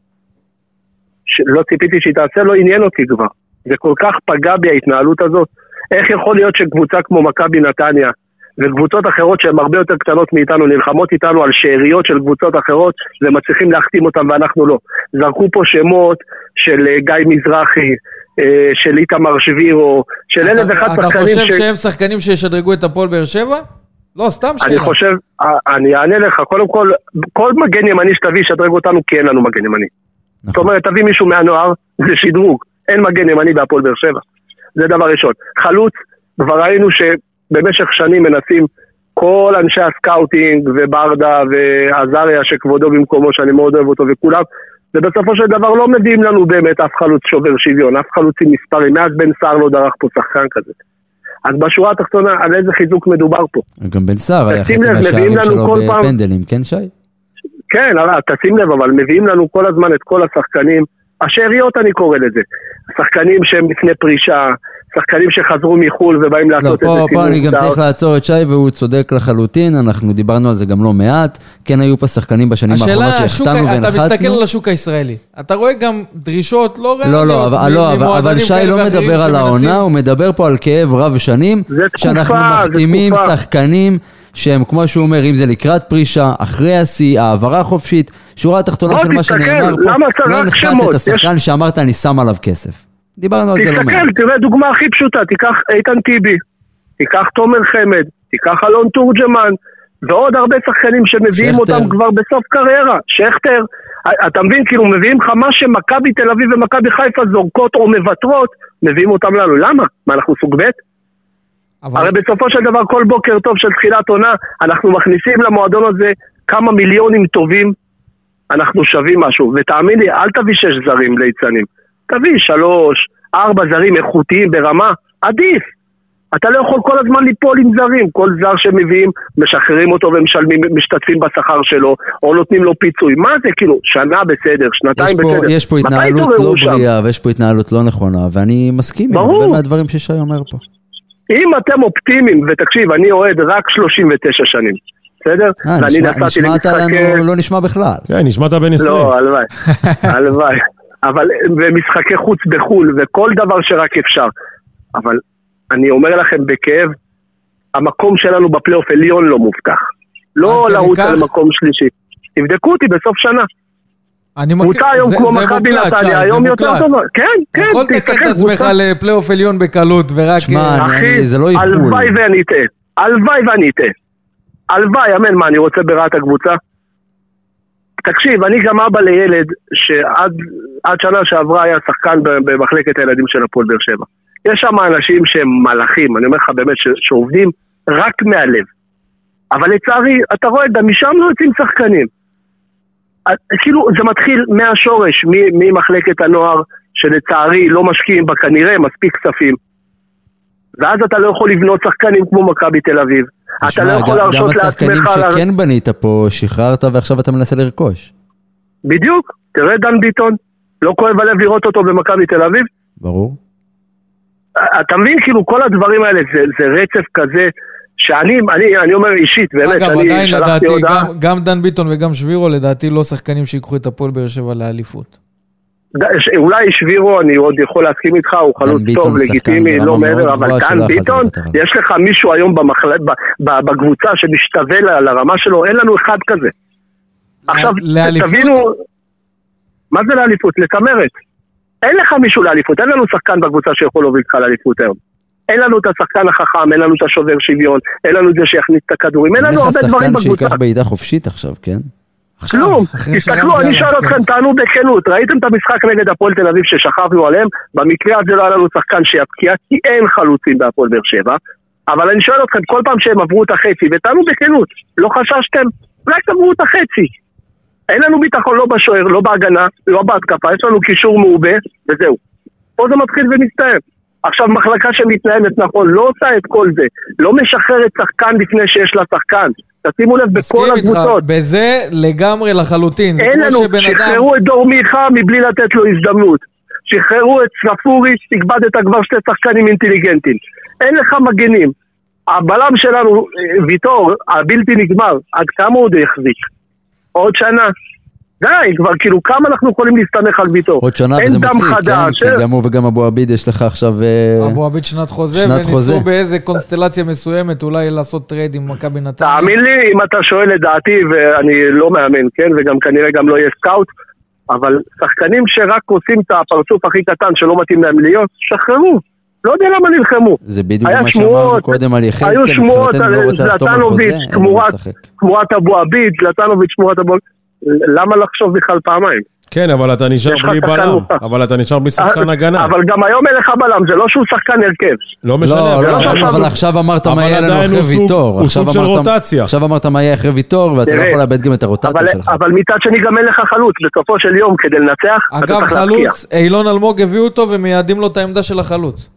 Speaker 5: לא ציפיתי שהיא תעשה, לא עניין אותי כבר. זה כל כך פגע בי ההתנהלות הזאת. איך יכול להיות שקבוצה כמו מכבי נתניה, וקבוצות אחרות שהן הרבה יותר קטנות מאיתנו, נלחמות איתנו על שאריות של קבוצות אחרות, ומצליחים להחתים אותם ואנחנו לא. זרקו פה שמות של גיא מזרחי, של איתמר שבירו, של 1,001 שחקנים.
Speaker 2: אתה חושב שהם שחקנים שישדרגו את הפועל באר שבע? לא, סתם שאלה.
Speaker 5: אני חושב, אני אענה לך, קודם כל מגן ימני שתביא ישדרג אותנו, כי אין לנו מגן ימני. זאת אומרת, תביא מישהו מהנוער, זה שדרוג. אין מגן ימני בהפועל באר שבע. זה דבר ראשון. חלוץ, כבר ראינו במשך שנים מנסים כל אנשי הסקאוטינג וברדה ועזריה שכבודו במקומו שאני מאוד אוהב אותו וכולם, ובסופו של דבר לא מביאים לנו באמת אף חלוץ שובר שוויון, אף חלוץ עם מספרים, מאז בן סער לא דרך פה שחקן כזה. אז בשורה התחתונה על איזה חיזוק מדובר פה?
Speaker 3: גם בן סער היה חצי מהשערים שלו בפנדלים, כן שי?
Speaker 5: כן, תשים לב, אבל מביאים לנו כל הזמן את כל השחקנים, השאריות אני קורא לזה, שחקנים שהם לפני פרישה, שחקנים שחזרו מחול ובאים לעשות את זה.
Speaker 3: פה אני גם צריך לעצור את שי והוא צודק לחלוטין, אנחנו דיברנו על זה גם לא מעט, כן היו פה שחקנים בשנים האחרונות שהחתנו ונחתנו.
Speaker 2: אתה מסתכל על השוק הישראלי, אתה רואה גם דרישות לא
Speaker 3: ריאליות. לא, אבל שי לא מדבר על העונה, הוא מדבר פה על כאב רב שנים, שאנחנו מחתימים שחקנים שהם כמו שהוא אומר, אם זה לקראת פרישה, אחרי השיא, העברה חופשית, שורה התחתונה של מה שנאמר פה, לא נחת את השחקן שאמרת אני שם עליו כסף. דיברנו על זה לא מעט.
Speaker 5: תראה דוגמה הכי פשוטה, תיקח איתן טיבי, תיקח תומר חמד, תיקח אלון תורג'מן, ועוד הרבה שחקנים שמביאים אותם כבר בסוף קריירה, שכתר, אתה מבין, כאילו מביאים לך מה שמכבי תל אביב ומכבי חיפה זורקות או מבטרות, מביאים אותם לנו, למה? מה, אנחנו סוג ב'? הרי בסופו של דבר כל בוקר טוב של תחילת עונה, אנחנו מכניסים למועדון הזה כמה מיליונים טובים, אנחנו שווים משהו, ותאמין לי, אל תביא 6 זרים ליצנים, תביא 3, 4 זרים איכותיים ברמה, עדיף. אתה לא יכול כל הזמן ליפול עם זרים, כל זר שמביאים, משחררים אותו ומשלמים, משתתפים בשכר שלו, או נותנים לו פיצוי. מה זה כאילו? שנה בסדר, שנתיים בסדר.
Speaker 3: יש פה התנהלות לא בריאה, ויש פה התנהלות לא נכונה, ואני מסכים עם הרבה מהדברים ששי אומר פה.
Speaker 5: אם אתם אופטימיים, ותקשיב, אני אוהד רק 39 שנים, בסדר? ואני נסעתי
Speaker 3: למשחקי... לא נשמע בכלל.
Speaker 4: כן, נשמעת בין 20.
Speaker 5: לא, הלוואי, הלוואי. אבל במשחקי חוץ בחול, וכל דבר שרק אפשר. אבל אני אומר לכם בכאב, המקום שלנו בפלייאוף עליון לא מובטח. לא לרוץ על מקום שלישי. תבדקו אותי בסוף שנה. קבוצה היום כמו מכבי נתניה, היום יותר טובה. כן, כן.
Speaker 2: יכול לתקן את עצמך לפלייאוף עליון בקלות, ורק...
Speaker 3: אחי, זה לא יחול.
Speaker 5: הלוואי ואני אטעה. הלוואי ואני אטעה. הלוואי, אמן, מה, אני רוצה ברעת הקבוצה? תקשיב, אני גם אבא לילד שעד שנה שעברה היה שחקן במחלקת הילדים של הפועל באר שבע. יש שם אנשים שהם מלאכים, אני אומר לך באמת שעובדים רק מהלב. אבל לצערי, אתה רואה, גם משם לא יוצאים שחקנים. כאילו, זה מתחיל מהשורש, ממחלקת הנוער, שלצערי לא משקיעים בה כנראה מספיק כספים. ואז אתה לא יכול לבנות שחקנים כמו מכבי תל אביב. אתה לא יכול להרשות לעצמך...
Speaker 3: גם השחקנים שכן בנית פה, שחררת ועכשיו אתה מנסה לרכוש.
Speaker 5: בדיוק, תראה דן ביטון, לא כואב הלב לראות אותו במכבי תל אביב.
Speaker 3: ברור.
Speaker 5: אתה מבין, כאילו, כל הדברים האלה, זה רצף כזה, שאני אומר אישית, באמת,
Speaker 2: אגב, עדיין לדעתי, גם דן ביטון וגם שבירו, לדעתי לא שחקנים שיקחו את הפועל באר שבע לאליפות.
Speaker 5: אולי שבירו, אני עוד יכול להסכים איתך, הוא חלוץ טוב, לגיטימי, לא מעבר, אבל דן ביטון, יש לך מישהו היום בקבוצה שמשתווה לרמה שלו, אין לנו אחד כזה. עכשיו, תבינו, מה זה לאליפות? לצמרת. אין לך מישהו לאליפות, אין לנו שחקן בקבוצה שיכול להוביל לך לאליפות היום. אין לנו את השחקן החכם, אין לנו את השובר שוויון, אין לנו את זה שיכניס את הכדורים, אין לנו הרבה דברים בקבוצה.
Speaker 3: אין לך שחקן שיקח בעיטה חופשית עכשיו, כן?
Speaker 5: כלום, תסתכלו, אני שואל אתכם, תענו בכנות, ראיתם את המשחק נגד הפועל תל אביב ששכבנו עליהם, במקרה הזה לא היה לנו שחקן שיפקיע, כי אין חלוצים בהפועל באר שבע, אבל אני שואל אתכם, כל פעם שהם עברו את החצי, ותענו בכנות, לא חששתם, רק עברו את החצי. אין לנו ביטחון לא בשוער, לא בהגנה, לא בהתקפה, יש לנו קישור מעובה, וזהו. פה זה מתחיל ומסתיים. עכשיו מחלקה שמתנהלת נכון, לא עושה את כל זה, לא משחררת שחקן לפני שיש לה שחקן. תשימו לב בכל הקבוצות.
Speaker 2: בזה לגמרי לחלוטין.
Speaker 5: אין לנו, שחררו את דור מיכה מבלי לתת לו הזדמנות. שחררו את ספורי, תקבדת כבר 2 שחקנים אינטליגנטים. אין לך מגנים. הבלם שלנו, ויטור, הבלתי נגמר, עד כמה הוא די החזיק? עוד שנה. די, כבר כאילו כמה אנחנו יכולים להסתמך על ויטור.
Speaker 3: עוד שנה וזה מצחיק, כן? כי גם הוא וגם אבו עביד יש לך עכשיו...
Speaker 2: אבו עביד שנת חוזה, וניסו באיזה קונסטלציה מסוימת אולי לעשות טרייד עם מכבי נתניה.
Speaker 5: תאמין לי, אם אתה שואל לדעתי, ואני לא מאמן, כן? וגם כנראה גם לא יהיה סקאוט, אבל שחקנים שרק עושים את הפרצוף הכי קטן שלא מתאים להם להיות, שחררו. לא יודע למה נלחמו.
Speaker 3: זה בדיוק מה שאמרנו קודם על יחזקאל,
Speaker 5: היו שמועות על זלטנוביץ' תמורת אבו עביד, זלטנוביץ' תמורת אבו... למה לחשוב בכלל פעמיים?
Speaker 4: כן, אבל אתה נשאר בלי בלם. אבל אתה נשאר בלי שחקן הגנה.
Speaker 5: אבל גם היום אין לך בלם, זה לא שהוא שחקן הרכב.
Speaker 4: לא משנה.
Speaker 3: אבל עכשיו אמרת מה יהיה לנו אחרי ויטור.
Speaker 4: הוא סוג של רוטציה.
Speaker 3: עכשיו אמרת מה יהיה אחרי ויטור, ואתה לא יכול לאבד גם את הרוטציה שלך.
Speaker 5: אבל מצד שני גם אין לך חלוץ, בסופו של יום כדי לנצח.
Speaker 2: אגב, חלוץ, אילון אלמוג הביאו אותו ומייעדים לו את העמדה של החלוץ.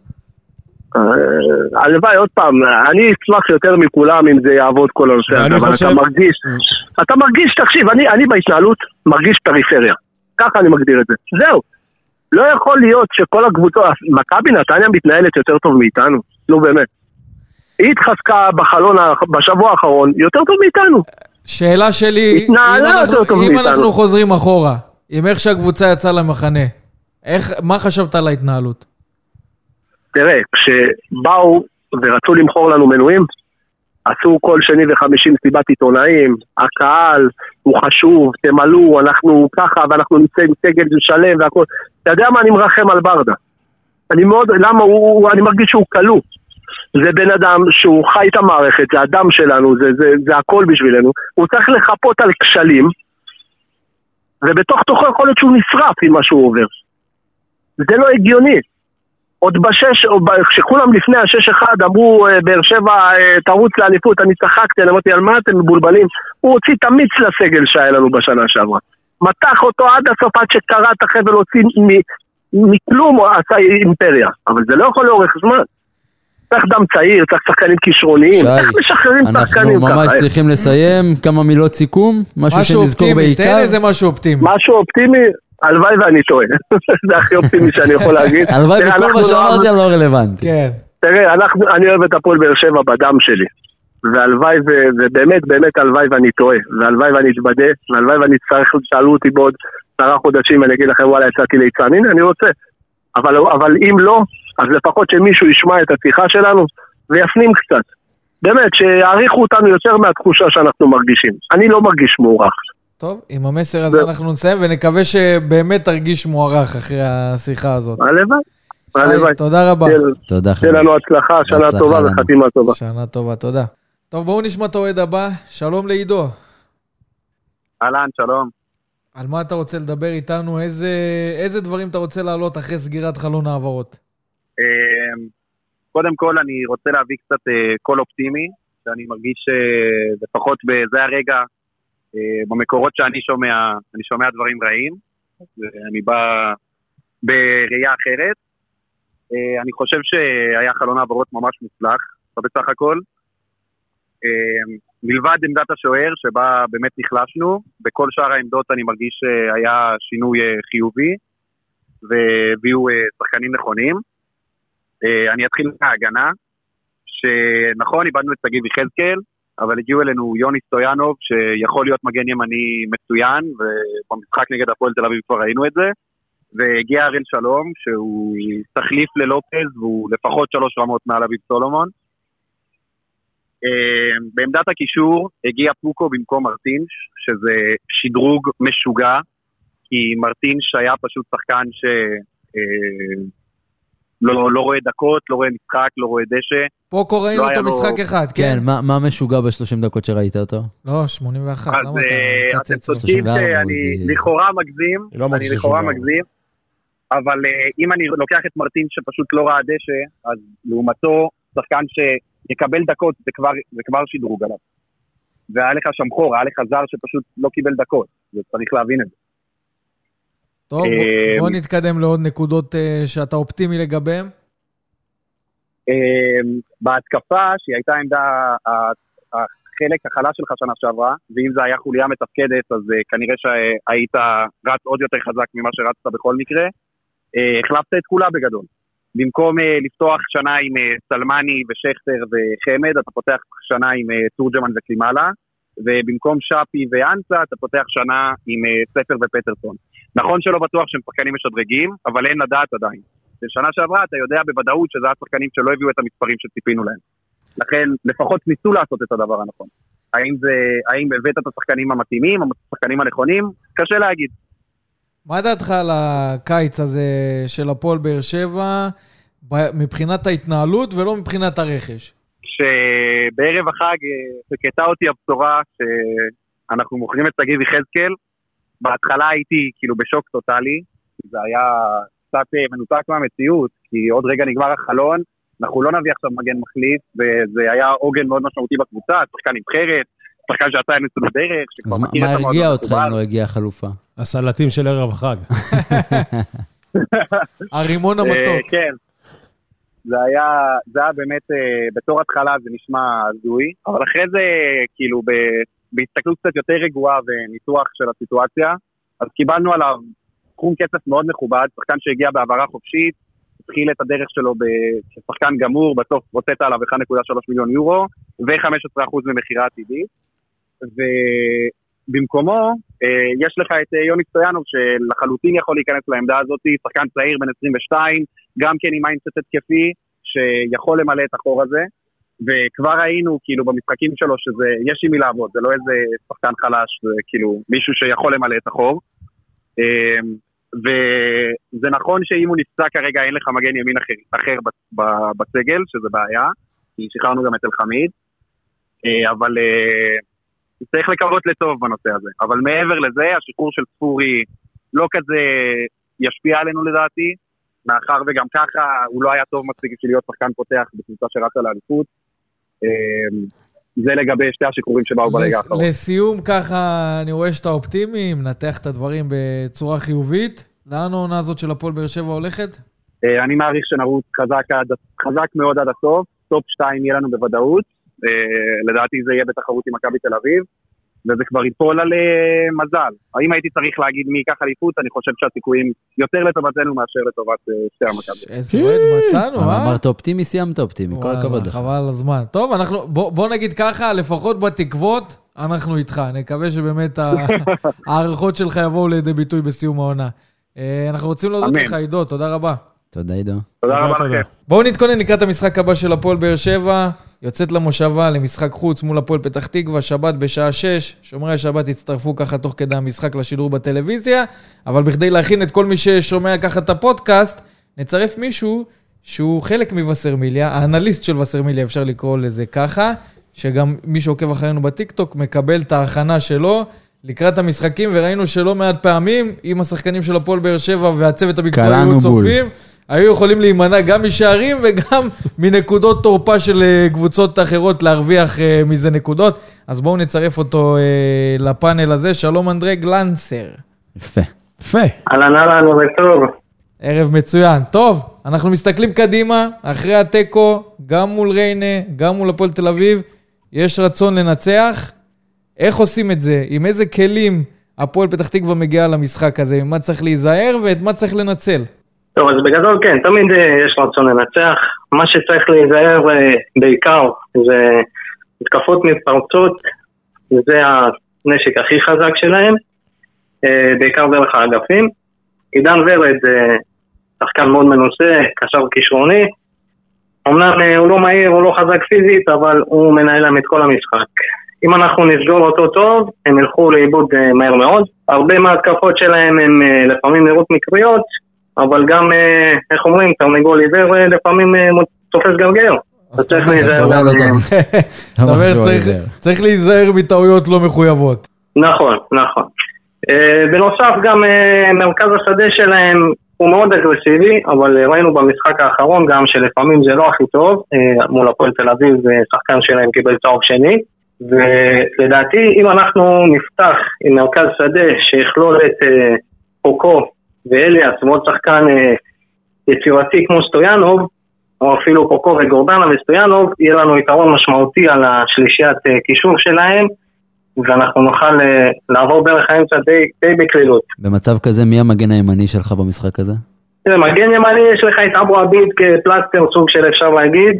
Speaker 5: הלוואי, עוד פעם, אני אשמח יותר מכולם אם זה יעבוד כל הנושא, אבל אתה מרגיש, תקשיב, אני בהתנהלות מרגיש פריפריה, ככה אני מגדיר את זה, זהו, לא יכול להיות שכל הקבוצות, מכבי נתניה מתנהלת יותר טוב מאיתנו, נו באמת, היא התחזקה בחלון בשבוע האחרון יותר טוב מאיתנו.
Speaker 2: שאלה שלי, אם אנחנו חוזרים אחורה, עם איך שהקבוצה יצאה למחנה, מה חשבת על ההתנהלות?
Speaker 5: תראה, כשבאו ורצו למכור לנו מנויים, עשו כל שני ו50 סיבת עיתונאים, הקהל הוא חשוב, תמלאו, אנחנו ככה, ואנחנו נמצא עם סגל שלם והכל. אתה יודע מה, אני מרחם על ברדה. אני מרגיש שהוא קלו. זה בן אדם שהוא חי את המערכת, זה אדם שלנו, זה הכל בשבילנו, הוא צריך לחפות על כשלים, ובתוך תוכו יכול להיות שהוא נשרף עם מה שהוא עובר. זה לא הגיוני. עוד כשכולם לפני ה-6-1 אמרו, באר שבע תרוץ לאליפות, אני צחקתי, אני אמרתי, על מה אתם מבולבלים? הוא הוציא את המיץ לסגל שהיה לנו בשנה שעברה. מתח אותו עד הסוף, עד שקרא את החבל, הוציא מכלום, הוא עשה אימפריה. אבל זה לא יכול לאורך זמן. צריך דם צעיר, צריך שחקנים כישרוניים, צריך משחררים שחקנים ככה.
Speaker 3: אנחנו ממש צריכים לסיים, כמה מילות סיכום, משהו שנזכור בעיקר.
Speaker 2: תן איזה משהו אופטימי.
Speaker 5: משהו אופטימי, הלוואי ואני טועה. זה הכי אופטימי שאני יכול להגיד.
Speaker 3: הלוואי וכל מה שאמרתי לא רלוונטי.
Speaker 5: תראה, אני אוהב את הפועל באר שבע בדם שלי. והלוואי, ובאמת הלוואי ואני טועה. והלוואי ואני אתבדה, והלוואי ואני אצטרך, תשאלו אותי בעוד 10 חודשים, ואני אגיד לכם, וואלה, יצאתי ליצן. הנה, אני רוצה. אבל אם לא, אז לפחות שמישהו ישמע את השיחה שלנו ויפנים קצת. באמת, שיעריכו אותנו יותר מהתחושה שאנחנו מרגישים. אני לא מרגיש מוערך.
Speaker 2: טוב, עם המסר הזה אנחנו נסיים, ונקווה שבאמת תרגיש מוערך אחרי השיחה הזאת.
Speaker 5: הלוואי.
Speaker 2: תודה רבה.
Speaker 3: תודה.
Speaker 5: תהיה לנו הצלחה, שנה טובה וחתימה טובה.
Speaker 2: שנה טובה, תודה. טוב, בואו נשמע את האוהד הבא. שלום לעידו.
Speaker 6: אהלן, שלום.
Speaker 2: על מה אתה רוצה לדבר איתנו? איזה דברים אתה רוצה להעלות אחרי סגירת חלון העברות?
Speaker 6: קודם כל אני רוצה להביא קצת קול אופטימי, שאני מרגיש לפחות בזה הרגע, במקורות שאני שומע דברים רעים, אני בא בראייה אחרת. אני חושב שהיה חלון העברות ממש מוצלח, בסך הכל. מלבד עמדת השוער שבה באמת נחלשנו, בכל שאר העמדות אני מרגיש שהיה שינוי חיובי, והביאו שחקנים נכונים. אני אתחיל מההגנה, שנכון, איבדנו את סגיב יחזקאל, אבל הגיעו אלינו יוני סטויאנוב, שיכול להיות מגן ימני מצוין, ובמשחק נגד הפועל תל אביב כבר ראינו את זה, והגיע אריאל שלום, שהוא תחליף ללופז, והוא לפחות 3 רמות מעל אביב סולומון. בעמדת הקישור הגיע פוקו במקום מרטינש, שזה שדרוג משוגע, כי מרטינש היה פשוט שחקן לא רואה דקות, לא רואה משחק, לא רואה דשא.
Speaker 2: פוקו ראינו אותו משחק אחד, כן.
Speaker 3: מה משוגע ב-30 דקות שראית אותו?
Speaker 2: לא, 81.
Speaker 6: אז אתם צודקים שאני לכאורה מגזים, אבל אם אני לוקח את מרטינש שפשוט לא ראה דשא, אז לעומתו שחקן יקבל דקות, זה כבר שדרוג עליו. והיה לך שם חור, היה לך זר שפשוט לא קיבל דקות, וצריך להבין את זה.
Speaker 2: טוב, בוא נתקדם לעוד נקודות שאתה אופטימי לגביהם.
Speaker 6: בהתקפה, שהיא הייתה עמדה, החלק החלש שלך שנה שעברה, ואם זה היה חוליה מתפקדת, אז כנראה שהיית רץ עוד יותר חזק ממה שרצת בכל מקרה. החלפת את כולה בגדול. במקום לפתוח שנה עם סלמני ושכתר וחמד, אתה פותח שנה עם תורג'מן וקלימאלה, ובמקום שפי ואנסה, אתה פותח שנה עם ספר ופטרסון. נכון שלא בטוח שהם שחקנים משדרגים, אבל אין לדעת עדיין. בשנה שעברה אתה יודע בוודאות שזה השחקנים שלא הביאו את המספרים שציפינו להם. לכן לפחות ניסו לעשות את הדבר הנכון. האם הבאת את השחקנים המתאימים, השחקנים הנכונים? קשה להגיד.
Speaker 2: מה דעתך על הקיץ הזה של הפועל באר שבע, מבחינת ההתנהלות ולא מבחינת הרכש?
Speaker 6: שבערב החג שקטה אותי הבשורה שאנחנו מוכרים את סגיב יחזקאל, בהתחלה הייתי כאילו בשוק טוטלי, זה היה קצת מנותק מהמציאות, כי עוד רגע נגמר החלון, אנחנו לא נביא עכשיו מגן מחליף, וזה היה עוגן מאוד משמעותי בקבוצה, שחקן נבחרת, שחקן שעשה ינסו לדרך,
Speaker 3: אז מה הרגיע אותך אם לא הגיעה חלופה?
Speaker 4: הסלטים של ערב החג.
Speaker 2: הרימון המתוק.
Speaker 6: כן. זה היה באמת, בתור התחלה זה נשמע הזוי, אבל אחרי זה, כאילו, בהסתכלות קצת יותר רגועה וניתוח של הסיטואציה, אז קיבלנו עליו סכום כסף מאוד מכובד, שחקן שהגיע בעברה חופשית, התחיל את הדרך שלו כשחקן גמור, בסוף הוצאת עליו 1.3 מיליון יורו, ו-15% ממחירה עתידית, ובמקומו יש לך את יוני סטויאנוב, שלחלוטין יכול להיכנס לעמדה הזאת, שחקן צעיר בן 22, גם כן עם מיינדסט התקפי, שיכול למלא את החור הזה, וכבר ראינו כאילו במשחקים שלו שיש עם מי לעבוד, זה לא איזה שחקן חלש, זה כאילו מישהו שיכול למלא את החור, וזה נכון שאם הוא נפצע כרגע אין לך מגן ימין אחר בסגל, שזה בעיה, כי שחררנו גם את אלחמיד, אבל צריך לקוות לטוב בנושא הזה. אבל מעבר לזה, השחרור של ספורי לא כזה ישפיע עלינו לדעתי, מאחר וגם ככה הוא לא היה טוב מספיק בשביל להיות שחקן פותח בקבוצה שרצה לאליפות. זה לגבי שתי השחרורים שבאו ברגע האחרון.
Speaker 2: לסיום ככה, אני רואה שאתה אופטימי, מנתח את הדברים בצורה חיובית. לאן העונה הזאת של הפועל באר שבע הולכת?
Speaker 6: אני מעריך שנרוץ חזק מאוד עד הסוף, טופ 2 יהיה לנו בוודאות, לדעתי זה יהיה בתחרות עם מכבי תל אביב, וזה כבר ייפול על מזל. האם הייתי צריך להגיד מי ייקח אליפות, אני חושב שהסיכויים יותר לטובתנו מאשר לטובת שתי המכבי.
Speaker 2: איזה אוהד מצאנו,
Speaker 3: אמרת אופטימי, סיימת אופטימי, כל הכבוד.
Speaker 2: חבל על הזמן. טוב, בוא נגיד ככה, לפחות בתקוות, אנחנו איתך. נקווה שבאמת הערכות שלך יבואו לידי ביטוי בסיום העונה. אנחנו רוצים להודות לך, עידו, תודה רבה.
Speaker 3: תודה, עידו.
Speaker 6: תודה רבה לכם.
Speaker 2: בואו נתכונן לקראת המשחק הבא של הפועל באר שבע, יוצאת למושבה למשחק חוץ מול הפועל פתח תקווה, שבת בשעה 6, שומרי השבת יצטרפו ככה תוך כדי המשחק לשידור בטלוויזיה, אבל בכדי להכין את כל מי ששומע ככה את הפודקאסט, נצרף מישהו שהוא חלק מווסרמיליה, האנליסט של ווסרמיליה, אפשר לקרוא לזה ככה, שגם מי שעוקב אחרינו בטיקטוק מקבל את ההכנה שלו, לקראת המשחקים, וראינו שלא מעט פעמים, עם השחקנים של הפועל באר שבע והצוות המקצועי היו צופים, היו יכולים להימנע גם משערים וגם מנקודות תורפה של קבוצות אחרות להרוויח מזה נקודות. אז בואו נצרף אותו לפאנל הזה. שלום אנדרי גלנסר.
Speaker 3: יפה.
Speaker 2: יפה.
Speaker 5: אהלן, ערב טוב.
Speaker 2: ערב מצוין. טוב, אנחנו מסתכלים קדימה, אחרי הטקו, גם מול ריינה, גם מול הפועל תל אביב, יש רצון לנצח. איך עושים את זה? עם איזה כלים הפועל פתח תקווה מגיעה למשחק הזה? מה צריך להיזהר ואת מה צריך לנצל?
Speaker 5: טוב, אז בגדול כן, תמיד יש רצון לנצח. מה שצריך להיזהר בעיקר זה התקפות מתפרצות, זה הנשק הכי חזק שלהם, בעיקר דרך האגפים. עידן ורד שחקן מאוד מנוסה, קשר כישרוני, אמנם הוא לא מהיר, הוא לא חזק פיזית, אבל הוא מנהל להם את כל המשחק. אם אנחנו נסגור אותו טוב, הם ילכו לאיבוד מהר מאוד. הרבה מההתקפות שלהם הם לפעמים נראות מקריות, אבל גם, איך אומרים, תרנגול עיוור לפעמים תופס גרגר. אז צריך להיזהר.
Speaker 2: צריך להיזהר מטעויות לא מחויבות.
Speaker 5: נכון, נכון. בנוסף גם מרכז השדה שלהם הוא מאוד אגרסיבי, אבל ראינו במשחק האחרון גם שלפעמים זה לא הכי טוב, מול הפועל תל אביב שחקן שלהם קיבל צהוב שני, ולדעתי אם אנחנו נפתח עם מרכז שדה שיכלול את פוקו ואליאס ועוד שחקן יצירתי כמו סטויאנוב, או אפילו פוקו וגורדנה וסטויאנוב, יהיה לנו יתרון משמעותי על השלישיית קישור שלהם, ואנחנו נוכל לעבור דרך האמצע די בקלילות.
Speaker 3: במצב כזה, מי המגן הימני שלך במשחק הזה?
Speaker 5: מגן ימני יש לך את אבו עביד כפלסטר, סוג של אפשר להגיד.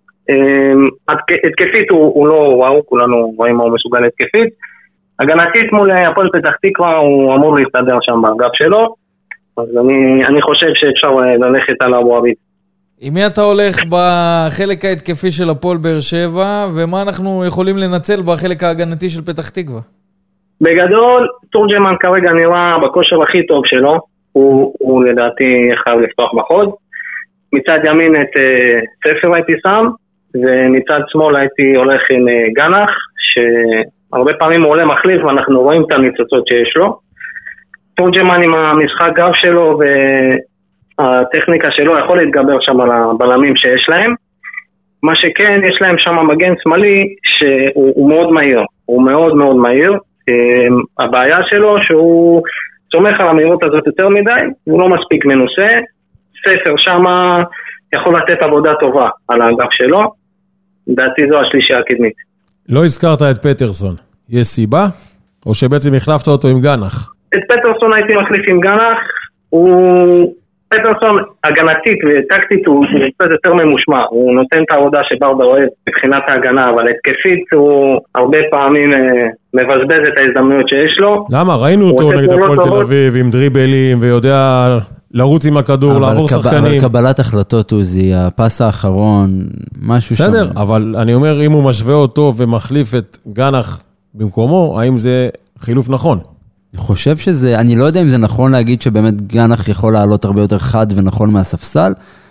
Speaker 5: התקפית הוא לא וואו, כולנו רואים מה הוא מסוגל התקפית. הגנתית מול הפועל פתח תקווה הוא אמור להסתדר שם באגף שלו, אז אני חושב שאפשר ללכת על אבו עביד.
Speaker 2: עם מי אתה הולך בחלק ההתקפי של הפועל באר שבע, ומה אנחנו יכולים לנצל בחלק ההגנתי של פתח תקווה?
Speaker 5: בגדול, תורג'מן כרגע נראה בכושר הכי טוב שלו, הוא לדעתי חייב לפתוח בחוד. מצד ימין את ספר הייתי שם, ומצד שמאל הייתי הולך עם גנח, שהרבה פעמים הוא עולה מחליף, ואנחנו רואים את הניצוצות שיש לו. תורג'מן עם המשחק גב שלו, הטכניקה שלו יכול להתגבר שם על הבלמים שיש להם. מה שכן, יש להם שם מגן שמאלי שהוא מאוד מהיר, הוא מאוד מאוד מהיר. הבעיה שלו שהוא סומך על המהירות הזאת יותר מדי, הוא לא מספיק מנוסה. ספר שם יכול לתת עבודה טובה על האגף שלו, לדעתי זו השלישייה הקדמית.
Speaker 4: לא הזכרת את פטרסון, יש סיבה? או שבעצם החלפת אותו עם גנח?
Speaker 5: את פטרסון הייתי מחליף עם גנח, פטרסון הגנתית וטקטית הוא קצת יותר ממושמע, הוא נותן את העבודה שברדה אוהב מבחינת ההגנה, אבל התקפית הוא הרבה פעמים מבזבז את ההזדמנויות שיש לו.
Speaker 4: למה? ראינו אותו נגד הפועל תל אביב עם דריבלים ויודע לרוץ עם הכדור, לעבור שחקנים.
Speaker 3: אבל קבלת החלטות עוזי, הפס האחרון, משהו שם.
Speaker 4: בסדר, אבל אני אומר אם הוא משווה אותו ומחליף את גנח במקומו, האם זה חילוף נכון?
Speaker 3: אני חושב שזה, אני לא יודע אם זה נכון להגיד שבאמת גנח יכול לעלות הרבה יותר חד ונכון מהספסל,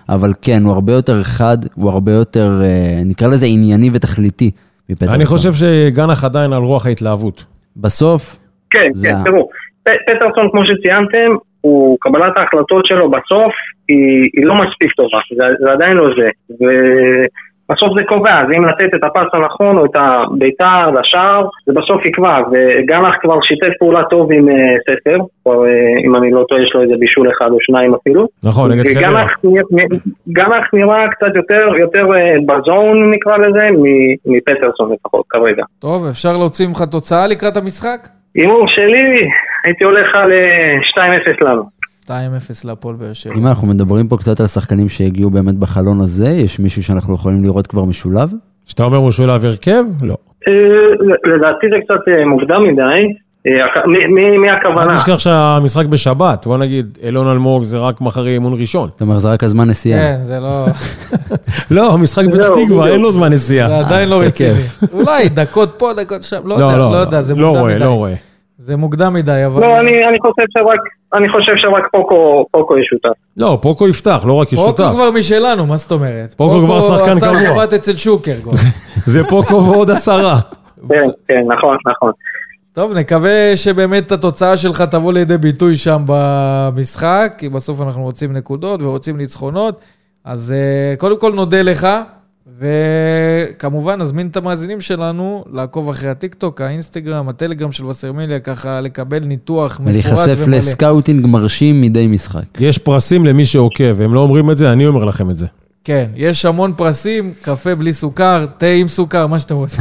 Speaker 3: אבל כן, הוא הרבה יותר חד, הוא הרבה יותר, נקרא לזה ענייני ותכליתי מפטרסון.
Speaker 4: אני חושב שגנח עדיין על רוח ההתלהבות.
Speaker 3: בסוף?
Speaker 6: כן, תראו, פטרסון כמו שציינתם, קבלת ההחלטות שלו בסוף היא לא מספיק טובה, זה עדיין לא זה, ובסוף זה קובע, אז אם לתת את הפס הנכון או את הביתה לשער, זה בסוף יקבע, וגנח כבר שיתף פעולה טוב עם ספר, אם אני לא טועה יש לו איזה בישול אחד או שניים אפילו,
Speaker 4: נכון, נגד חדרה.
Speaker 6: גנח נראה קצת יותר בזון נקרא לזה, מפטרסון לפחות כרגע.
Speaker 2: טוב, אפשר להוציא ממך תוצאה לקראת המשחק?
Speaker 6: הימור שלי, הייתי הולך על 2-0 לנו.
Speaker 2: 2-0 להפועל באר שבע.
Speaker 3: אם אנחנו מדברים פה קצת על השחקנים שהגיעו באמת בחלון הזה, יש מישהו שאנחנו יכולים לראות כבר משולב?
Speaker 4: שאתה אומר משולב הרכב? לא.
Speaker 6: לדעתי זה קצת מוקדם מדי. מי הכוונה?
Speaker 4: אני אשכח שהמשחק בשבת, בוא נגיד, אלון אלמוג זה רק מחר אימון ראשון.
Speaker 3: זאת אומרת, זה רק הזמן נסיעה.
Speaker 2: כן, זה לא...
Speaker 4: לא, המשחק בפתח תקווה, אין לו זמן נסיעה.
Speaker 2: זה עדיין לא רציני. אולי דקות פה, דקות שם, לא יודע, זה מוקדם מדי.
Speaker 4: לא רואה.
Speaker 2: זה מוקדם מדי, אבל...
Speaker 6: לא, אני חושב שרק פוקו ישותף.
Speaker 4: לא, פוקו יפתח, לא רק ישותף.
Speaker 2: פוקו כבר משלנו, מה זאת אומרת?
Speaker 4: פוקו כבר שחקן קבוע.
Speaker 2: עשה שבת אצל שוקר.
Speaker 4: זה פוקו ועוד 10.
Speaker 6: כן, נכון.
Speaker 2: טוב, נקווה שבאמת התוצאה שלך תבוא לידי ביטוי שם במשחק, כי בסוף אנחנו רוצים נקודות ורוצים ניצחונות. אז קודם כל נודה לך, וכמובן נזמין את המאזינים שלנו לעקוב אחרי הטיקטוק, האינסטגרם, הטלגרם של וסרמיליה, ככה לקבל ניתוח מפורט ומלא.
Speaker 3: ולהיחשף לסקאוטינג מרשים מדי משחק. יש
Speaker 4: פרסים למי שעוקב, הם לא אומרים את זה, אני אומר לכם את זה.
Speaker 2: כן, יש המון פרסים, קפה בלי סוכר, תה עם סוכר, מה שאתם רוצים.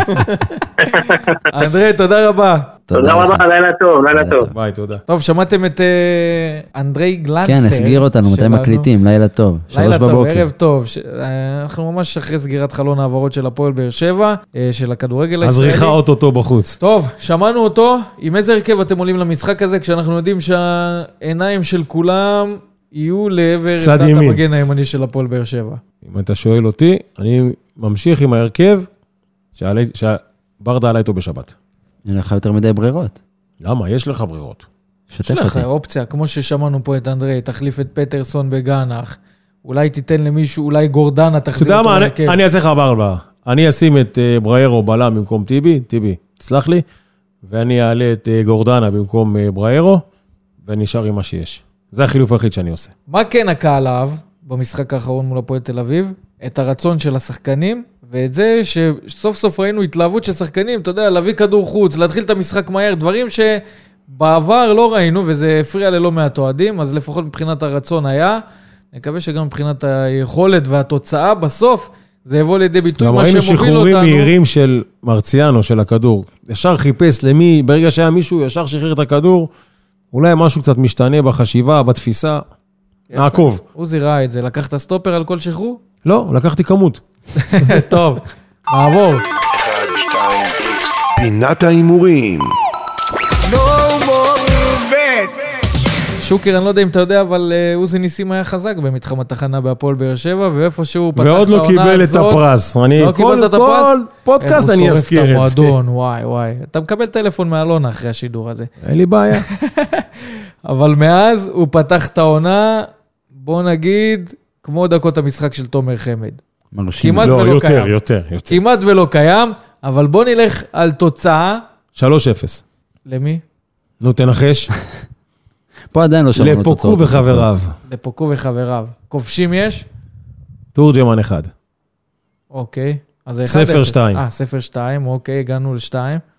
Speaker 2: אנדרי, תודה רבה.
Speaker 6: תודה רבה, לילה טוב.
Speaker 4: ביי, תודה.
Speaker 2: טוב, שמעתם את אנדרי גלנסר.
Speaker 3: כן, הסגיר אותנו, מתי מקליטים, לילה טוב. 3 בבוקר. לילה טוב,
Speaker 2: ערב טוב. אנחנו ממש אחרי סגירת חלון העברות של הפועל באר שבע, של הכדורגל הישראלי.
Speaker 4: אז ריחה אותו בחוץ.
Speaker 2: טוב, שמענו אותו. עם איזה הרכב אתם עולים למשחק הזה, כשאנחנו יודעים שהעיניים של כולם יהיו לעבר עמדת המגן הימני של הפועל באר שבע.
Speaker 4: אם אתה שואל אותי, אני ממשיך עם ההרכב שברדה עלה איתו בשבת.
Speaker 3: אין לך יותר מדי ברירות.
Speaker 4: למה? יש לך ברירות.
Speaker 2: יש לך אופציה, כמו ששמענו פה את אנדרי, תחליף את פטרסון בגנח, אולי תיתן למישהו, אולי גורדנה תחזיר אותו להרכב.
Speaker 4: אני אעשה לך הבאה. אני אשים את בריירו בלם במקום טיבי, תסלח לי, ואני אעלה את גורדנה במקום בריירו, ונשאר עם מה שיש. זה החילוף היחיד שאני עושה.
Speaker 2: מה כן הקהל אהב במשחק האחרון מול הפועל תל אביב? את הרצון של השחקנים, ואת זה שסוף סוף ראינו התלהבות של שחקנים, אתה יודע, להביא כדור חוץ, להתחיל את המשחק מהר, דברים שבעבר לא ראינו, וזה הפריע ללא מעט אוהדים, אז לפחות מבחינת הרצון היה, נקווה שגם מבחינת היכולת והתוצאה בסוף, זה יבוא לידי ביטוי מה שמוביל אותנו.
Speaker 4: ראינו שחרורים מהירים של מרציאנו, של הכדור. ישר חיפש למי, ברגע שהיה מישהו, ישר שחרר את הכדור, אולי משהו קצת משתנה בחשיבה, בתפיסה. נעקוב.
Speaker 2: עוזי ראה את זה. לקחת סטופר על כל שחרור?
Speaker 4: לא, לקחתי כמות.
Speaker 2: טוב, נעבור.
Speaker 1: 1, 2, איקס. פינת ההימורים.
Speaker 2: שוקר, אני לא יודע אם אתה יודע, אבל עוזי ניסים היה חזק במתחם התחנה בהפועל באר שבע, ואיפה שהוא פתח
Speaker 4: ועוד לא קיבל את הפרס.
Speaker 2: לא קיבלת את הפרס?
Speaker 4: כל פודקאסט אני אזכיר את זה.
Speaker 2: הוא שורף את המועדון, וואי. אתה מקבל טלפון מאלונה אחרי השידור הזה.
Speaker 4: אין לי בעיה.
Speaker 2: אבל מאז הוא פתח את העונה, בוא נגיד, כמו דקות המשחק של תומר חמד. כמעט ולא קיים.
Speaker 4: יותר.
Speaker 2: כמעט ולא קיים, אבל בוא נלך על תוצאה.
Speaker 4: 3-0.
Speaker 2: למי?
Speaker 4: נו, תנחש.
Speaker 3: פה עדיין לא שמענו
Speaker 4: תוצאות.
Speaker 2: לפוקו וחבריו. כובשים יש?
Speaker 4: תורג'מן 1.
Speaker 2: אוקיי.
Speaker 4: ספר 2.
Speaker 2: ספר 2, אוקיי, הגענו ל2.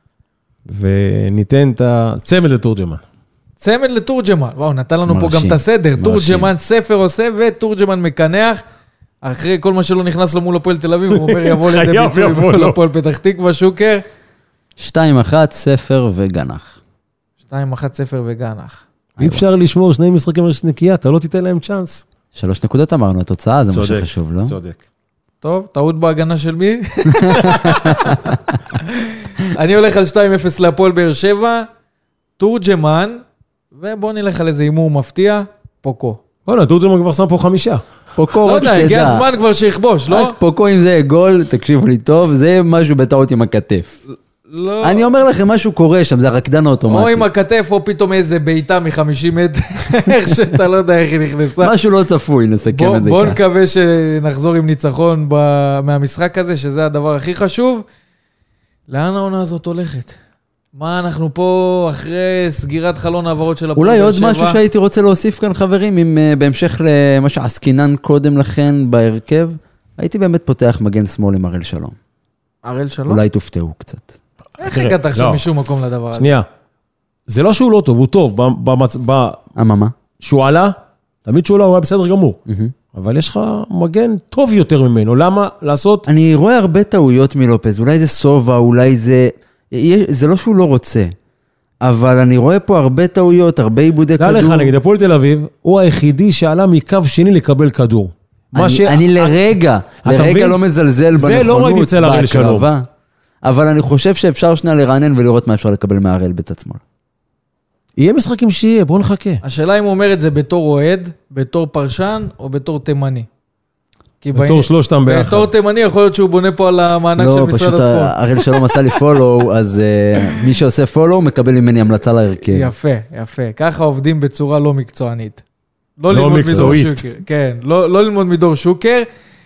Speaker 4: וניתן את הצמד לתורג'מן.
Speaker 2: צמד לתורג'מן. וואו, נתן לנו פה גם את הסדר. תורג'מן ספר עושה ותורג'מן מקנח. אחרי כל מה שלא נכנס לו מול הפועל תל אביב, הוא אומר יבוא לידי ביטוי מול הפועל פתח תקווה, שוקר.
Speaker 3: 2-1 ספר וגנח.
Speaker 2: 2-1 ספר וגנח.
Speaker 4: אי אפשר לשמור שני משחקים על נקייה, אתה לא תיתן להם צ'אנס.
Speaker 3: 3 נקודות אמרנו, התוצאה זה מה שחשוב, לא?
Speaker 4: צודק.
Speaker 2: טוב, טעות בהגנה של מי? אני הולך על 2-0 להפועל באר שבע, תורג'מן, ובוא נלך על איזה אימור מפתיע, פוקו.
Speaker 4: וואלה, תורג'מן כבר שם פה 5.
Speaker 3: פוקו,
Speaker 2: לא יודע, הגיע הזמן כבר שיכבוש, לא?
Speaker 3: רק פוקו אם זה גול, תקשיבו לי טוב, זה משהו בטעות עם הכתף.
Speaker 2: לא.
Speaker 3: אני אומר לכם, משהו קורה שם, זה הרקדן האוטומטי.
Speaker 2: או עם הכתף, או פתאום איזה בעיטה מ-50 מטר, איך שאתה לא יודע איך היא נכנסה.
Speaker 3: משהו לא צפוי, נסכם את זה.
Speaker 2: בואו נקווה שנחזור עם ניצחון מהמשחק הזה, שזה הדבר הכי חשוב. לאן העונה הזאת הולכת? מה אנחנו פה אחרי סגירת חלון העברות של הפועל באר שבע?
Speaker 3: אולי עוד משהו שהייתי רוצה להוסיף כאן, חברים, אם בהמשך למה שעסקינן קודם לכן בהרכב, הייתי באמת פותח מגן שמאל עם הראל שלום.
Speaker 2: הראל שלום?
Speaker 3: אולי תופתעו קצת.
Speaker 2: איך הגעת עכשיו משום מקום לדבר הזה?
Speaker 4: שנייה. זה לא שהוא לא טוב, הוא טוב.
Speaker 3: מה?
Speaker 4: שהוא עלה, תמיד שהוא לא, הוא היה בסדר גמור. אבל יש לך מגן טוב יותר ממנו. למה לעשות?
Speaker 3: אני רואה הרבה טעויות מלופז. אולי זה סובה, אולי זה... זה לא שהוא לא רוצה. אבל אני רואה פה הרבה טעויות, הרבה עיבודי כדור.
Speaker 4: לך נגיד, הפועל תל אביב, הוא היחידי שעלה מקו שני לקבל כדור.
Speaker 3: אני לרגע לא מזלזל בנכונות, בהקרבה. אבל אני חושב שאפשר שנייה לרענן ולראות מה אפשר לקבל מהראל בצד שמאל.
Speaker 4: יהיה משחקים שיהיה, בואו נחכה.
Speaker 2: השאלה אם הוא אומר את זה בתור אוהד, בתור פרשן או בתור תימני.
Speaker 4: בתור שלושתם ביחד.
Speaker 2: בתור תימני יכול להיות שהוא בונה פה על המענק של משרד הספורט.
Speaker 3: לא, פשוט הראל שלום עשה לי פולו, אז מי שעושה פולו מקבל ממני המלצה להרכב.
Speaker 2: יפה. ככה עובדים בצורה לא מקצוענית.
Speaker 4: לא מקצועית.
Speaker 2: כן, לא ללמוד מדור שוקר.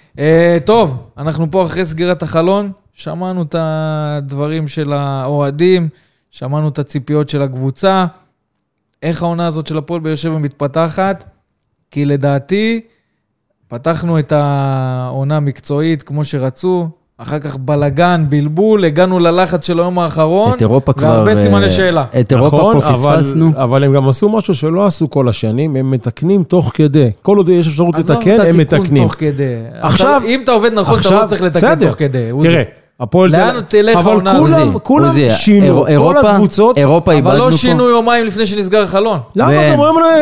Speaker 2: טוב, אנחנו פה אחרי סגירת החלון, שמענו את הדברים של האוהדים, שמענו את הציפיות של הקבוצה, איך העונה הזאת של הפועל באר שבע מתפתחת, כי לדעתי פתחנו את העונה המקצועית כמו שרצו, אחר כך בלגן, בלבול, הגענו ללחץ של היום האחרון, והרבה סימני שאלה.
Speaker 3: את אירופה פה פספסנו.
Speaker 4: אבל הם גם עשו משהו שלא עשו כל השנים, הם מתקנים תוך כדי. כל עוד יש אפשרות לתקן, הם מתקנים.
Speaker 2: עכשיו, אם אתה עובד נכון, אתה לא צריך לתקן תוך כדי.
Speaker 4: תראה,
Speaker 2: לאן תלך העונה הזאת?
Speaker 4: כולם שינו, כל הקבוצות,
Speaker 2: אבל לא שינו יומיים לפני שנסגר החלון.
Speaker 4: למה?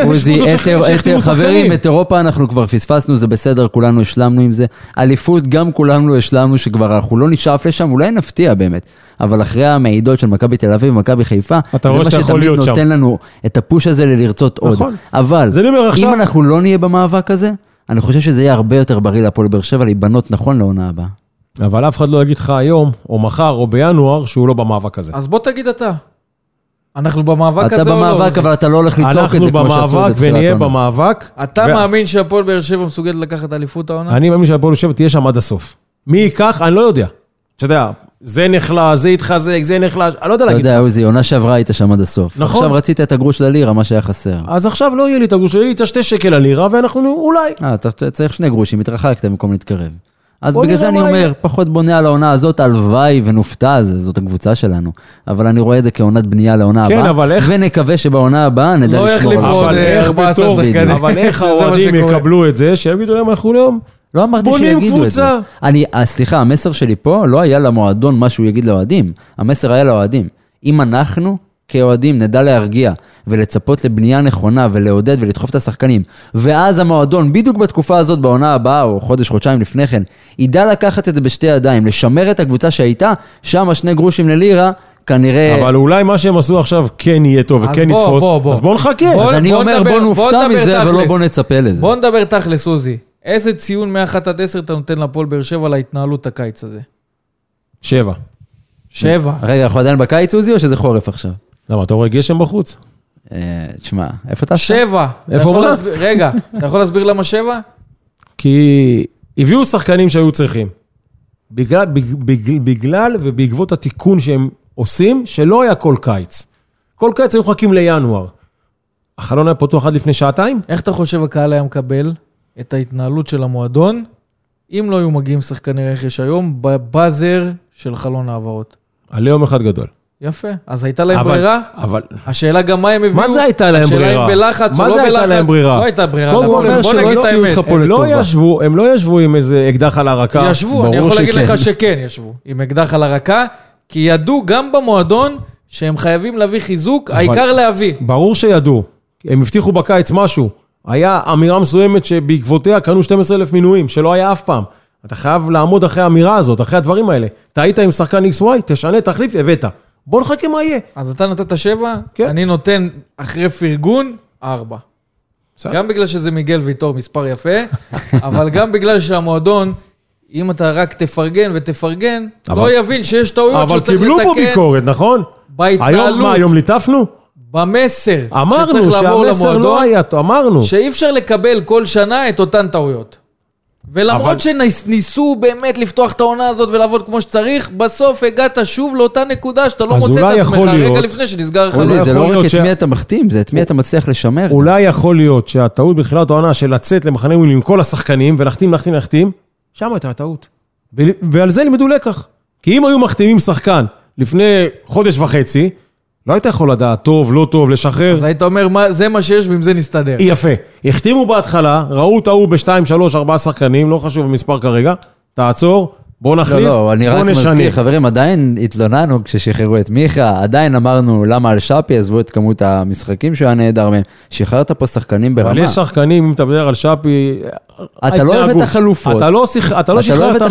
Speaker 3: חברים, את אירופה אנחנו כבר פספסנו, זה בסדר, כולנו השלמנו עם זה. אליפות גם כולנו השלמנו שכבר אנחנו לא נשאף לשם, אולי נפתיע באמת. אבל אחרי המעידות של מכבי תל אביב ומכבי חיפה, זה מה שתמיד נותן לנו את הפוש הזה ללרצות עוד. אבל אם אנחנו לא נהיה במאבק הזה, אני חושב שזה יהיה הרבה יותר בריא להפועל באר שבע להיבנות נכון לעונה הבאה.
Speaker 4: אבל אף אחד לא יגיד לך היום, או מחר, או בינואר, שהוא לא במאבק הזה.
Speaker 2: אז בוא תגיד אתה. אנחנו במאבק הזה
Speaker 3: או לא? אתה במאבק, אבל אתה לא הולך לצעוק את זה כמו שעשו את
Speaker 4: אנחנו במאבק ונהיה במאבק.
Speaker 2: אתה מאמין שהפועל באר שבע מסוגלת לקחת אליפות העונה?
Speaker 4: אני מאמין שהפועל באר שבע תהיה שם עד הסוף. מי ייקח? אני לא יודע. אתה יודע, זה נחלש, זה יתחזק, זה נחלש, אני לא יודע להגיד.
Speaker 3: אתה יודע, עוזי, עונה שעברה היית שם עד הסוף.
Speaker 4: נכון.
Speaker 3: עכשיו רצית את הגרוש ללירה, מה שהיה חסר.
Speaker 4: אז עכשיו לא יהיה לי את הגרוש, יהיה לי את 2 שקל ללירה, ואנחנו אולי.
Speaker 3: אתה צריך 2 גרושים, מתרחקת במקום להתקרב. אז בגלל זה אני אומר, פחות בונה על העונה הזאת, הלוואי ונופתע, זאת הקבוצה שלנו. אבל אני רואה את זה כעונת בנייה לעונה הבאה, ונקווה שבעונה הבאה נדע לשמור.
Speaker 4: אבל איך האוהדים יקבלו את זה, שיגידו להם אנחנו לא...
Speaker 3: לא אמרתי שיגידו את זה. סליחה, המסר שלי פה לא היה למועדון מה שהוא יגיד לאוהדים. המסר היה לאוהדים. אם אנחנו כאוהדים נדע להרגיע ולצפות לבנייה נכונה ולעודד ולדחוף את השחקנים, ואז המועדון, בדיוק בתקופה הזאת בעונה הבאה, או חודש, חודשיים לפני כן, ידע לקחת את זה בשתי ידיים, לשמר את הקבוצה שהייתה, שם 2 גרושים ללירה, כנראה...
Speaker 4: אבל אולי מה שהם עשו עכשיו כן יהיה טוב וכן יתפוס, אז בוא נחכה.
Speaker 3: אז אני אומר בוא נופתע מזה ולא בוא נצפה לזה.
Speaker 2: בוא נדבר תכלס, עוזי. איזה ציון 1-10 אתה נותן לפועל באר שבע להתנהלות הקיץ הזה?
Speaker 4: 7.
Speaker 2: 7.
Speaker 3: רגע, אנחנו עדיין בקיץ, עוזי, או שזה חורף עכשיו?
Speaker 4: למה, אתה רואה גשם בחוץ?
Speaker 3: תשמע, איפה אתה?
Speaker 2: 7. רגע, אתה יכול להסביר למה 7?
Speaker 4: כי הביאו שחקנים שהיו צריכים. בגלל ובעקבות התיקון שהם עושים, שלא היה כל קיץ. כל קיץ היו חכים לינואר. החלון היה פתוח עד לפני 2 שעות.
Speaker 2: איך אתה חושב הקהל היה מקבל את ההתנהלות של המועדון, אם לא היו מגיעים שחקני רכש היום, בבאזר של חלון העברות?
Speaker 4: על יום אחד גדול.
Speaker 2: יפה, אז הייתה להם ברירה?
Speaker 4: אבל...
Speaker 2: השאלה גם מה הם הביאו?
Speaker 4: מה זה הייתה להם ברירה?
Speaker 2: השאלה אם בלחץ או לא בלחץ?
Speaker 4: מה זה הייתה להם ברירה?
Speaker 2: לא הייתה ברירה.
Speaker 4: בוא נגיד את האמת. הם לא ישבו עם איזה אקדח על הרקה.
Speaker 2: ישבו, אני יכול להגיד לך שכן ישבו, עם אקדח על הרקה, כי ידעו גם במועדון שהם חייבים להביא חיזוק, העיקר להביא.
Speaker 4: ברור שידעו. הם הבטיחו בקיץ משהו. היה אמירה מסוימת שבעקבותיה קנו 12,000 מינויים, שלא היה אף פעם. אתה חייב לעמוד אחרי האמירה הזאת, אחרי הדברים האלה. אתה היית עם שחקן XY, תשנה, תחליף, הבאת. בוא נחכה מה יהיה.
Speaker 2: אז אתה נתת 7,
Speaker 4: כן.
Speaker 2: אני נותן אחרי פרגון 4. גם בגלל שזה מיגל ויטור מספר יפה, אבל גם בגלל שהמועדון אם אתה רק תפרגן ותפרגן, לא יבין שיש טעויות
Speaker 4: שצריך לתקן. אבל קיבלו פה ביקורת, נכון?
Speaker 2: בהתנהלות.
Speaker 4: היום ליטפנו?
Speaker 2: במסר
Speaker 4: שצריך לעבור למועדון, לא היה, אמרנו.
Speaker 2: שאי אפשר לקבל כל שנה את אותן טעויות. ולמרות שניסו באמת לפתוח את העונה הזאת ולעבוד כמו שצריך, בסוף הגעת שוב לאותה נקודה שאתה לא מוצא את עצמך רגע לפני שנסגר לך.
Speaker 3: זה לא רק את מי אתה מחתים, זה את מי אתה מצליח לשמר.
Speaker 4: אולי יכול להיות שהטעות בתחילת העונה של לצאת למחנה אימונים עם כל השחקנים ולהחתים, שם הייתה הטעות. ועל זה לימדו לקח. כי אם היו מחתימים שחקן לפני חודש וחצי, לא היית יכול לדעת, טוב, לא טוב, לשחרר.
Speaker 2: אז היית אומר, זה מה שיש ועם זה נסתדר.
Speaker 4: יפה. החתימו בהתחלה, ראו טעו ב-2, 3, 4 שחקנים, לא חשוב המספר כרגע, תעצור, בוא נחליף,
Speaker 3: לא, אני רק מזכיר, חברים, עדיין התלוננו כששחררו את מיכה, עדיין אמרנו למה על שפי, עזבו את כמות המשחקים שהוא היה נהדר מהם, שחררת פה שחקנים ברמה.
Speaker 4: אבל יש שחקנים, אם אתה מדבר על שפי,
Speaker 3: אתה לא אוהב את החלופות.
Speaker 4: אתה לא שחררת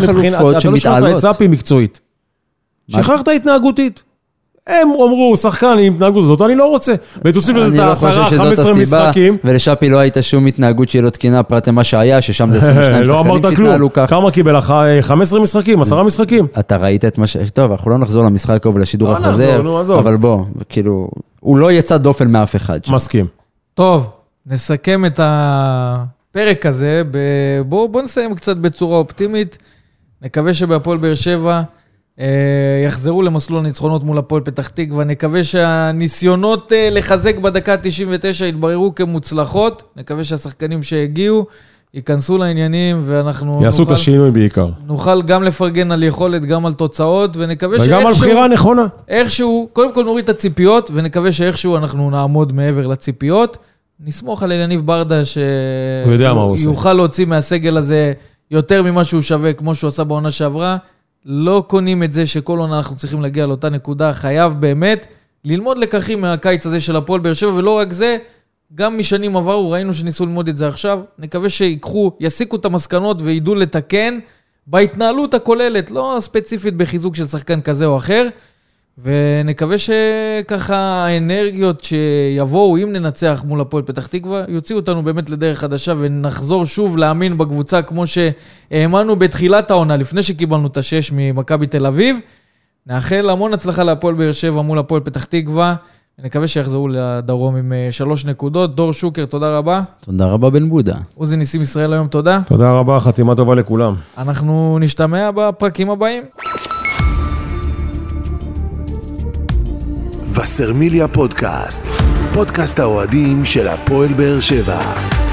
Speaker 4: את שפי מקצועית. שחררת התנהגותית. הם אמרו, שחקן עם התנהגות הזאת, אני לא רוצה. ותוסיף לזה את 10-15 משחקים.
Speaker 3: ולשפי לא הייתה שום התנהגות שהיא לא תקינה, פרט למה שהיה, ששם זה 22 שחקנים שהתנהלו כך.
Speaker 4: כמה קיבל לך? 15 משחקים, 10 משחקים.
Speaker 3: אתה ראית את מה ש... טוב, אנחנו לא נחזור למשחק ולשידור החוזר, אבל בוא, כאילו, הוא לא יצא דופן מאף אחד.
Speaker 4: מסכים.
Speaker 2: טוב, נסכם את הפרק הזה, בוא נסיים קצת בצורה אופטימית. נקווה שבהפועל באר שבע יחזרו למסלול הניצחונות מול הפועל פתח תקווה, נקווה שהניסיונות לחזק בדקה 99 יתבררו כמוצלחות, נקווה שהשחקנים שהגיעו ייכנסו לעניינים ואנחנו
Speaker 4: יעשו את השינוי בעיקר.
Speaker 2: נוכל גם לפרגן על יכולת, גם על תוצאות, ונקווה
Speaker 4: וגם על בחירה נכונה.
Speaker 2: איכשהו, קודם כל נוריד את הציפיות, ונקווה שאיכשהו אנחנו נעמוד מעבר לציפיות. נסמוך על יניב ברדה שיוכל להוציא מהסגל הזה יותר ממה שהוא שווה, כמו שהוא עשה בעונה שעברה. לא קונים את זה שכל עונה אנחנו צריכים להגיע לאותה נקודה, חייב באמת ללמוד לקחים מהקיץ הזה של הפועל באר שבע, ולא רק זה, גם משנים עברו, ראינו שניסו ללמוד את זה עכשיו, נקווה שיקחו, יסיקו את המסקנות וידעו לתקן בהתנהלות הכוללת, לא ספציפית בחיזוק של שחקן כזה או אחר, ונקווה שככה האנרגיות שיבואו, אם ננצח מול הפועל פתח תקווה, יוציאו אותנו באמת לדרך חדשה, ונחזור שוב להאמין בקבוצה, כמו שהאמנו בתחילת העונה, לפני שקיבלנו את 6 ממכבי תל אביב. נאחל המון הצלחה להפועל באר שבע מול הפועל פתח תקווה, ונקווה שיחזרו לדרום עם 3 נקודות. דור שוקר, תודה רבה.
Speaker 3: תודה רבה בן בודה.
Speaker 2: עוזי ניסים ישראל היום, תודה.
Speaker 4: תודה רבה, חתימה טובה לכולם.
Speaker 2: אנחנו נשתמע בפרקים הבאים.
Speaker 1: וסרמיליה פודקאסט, פודקאסט האוהדים של הפועל באר שבע.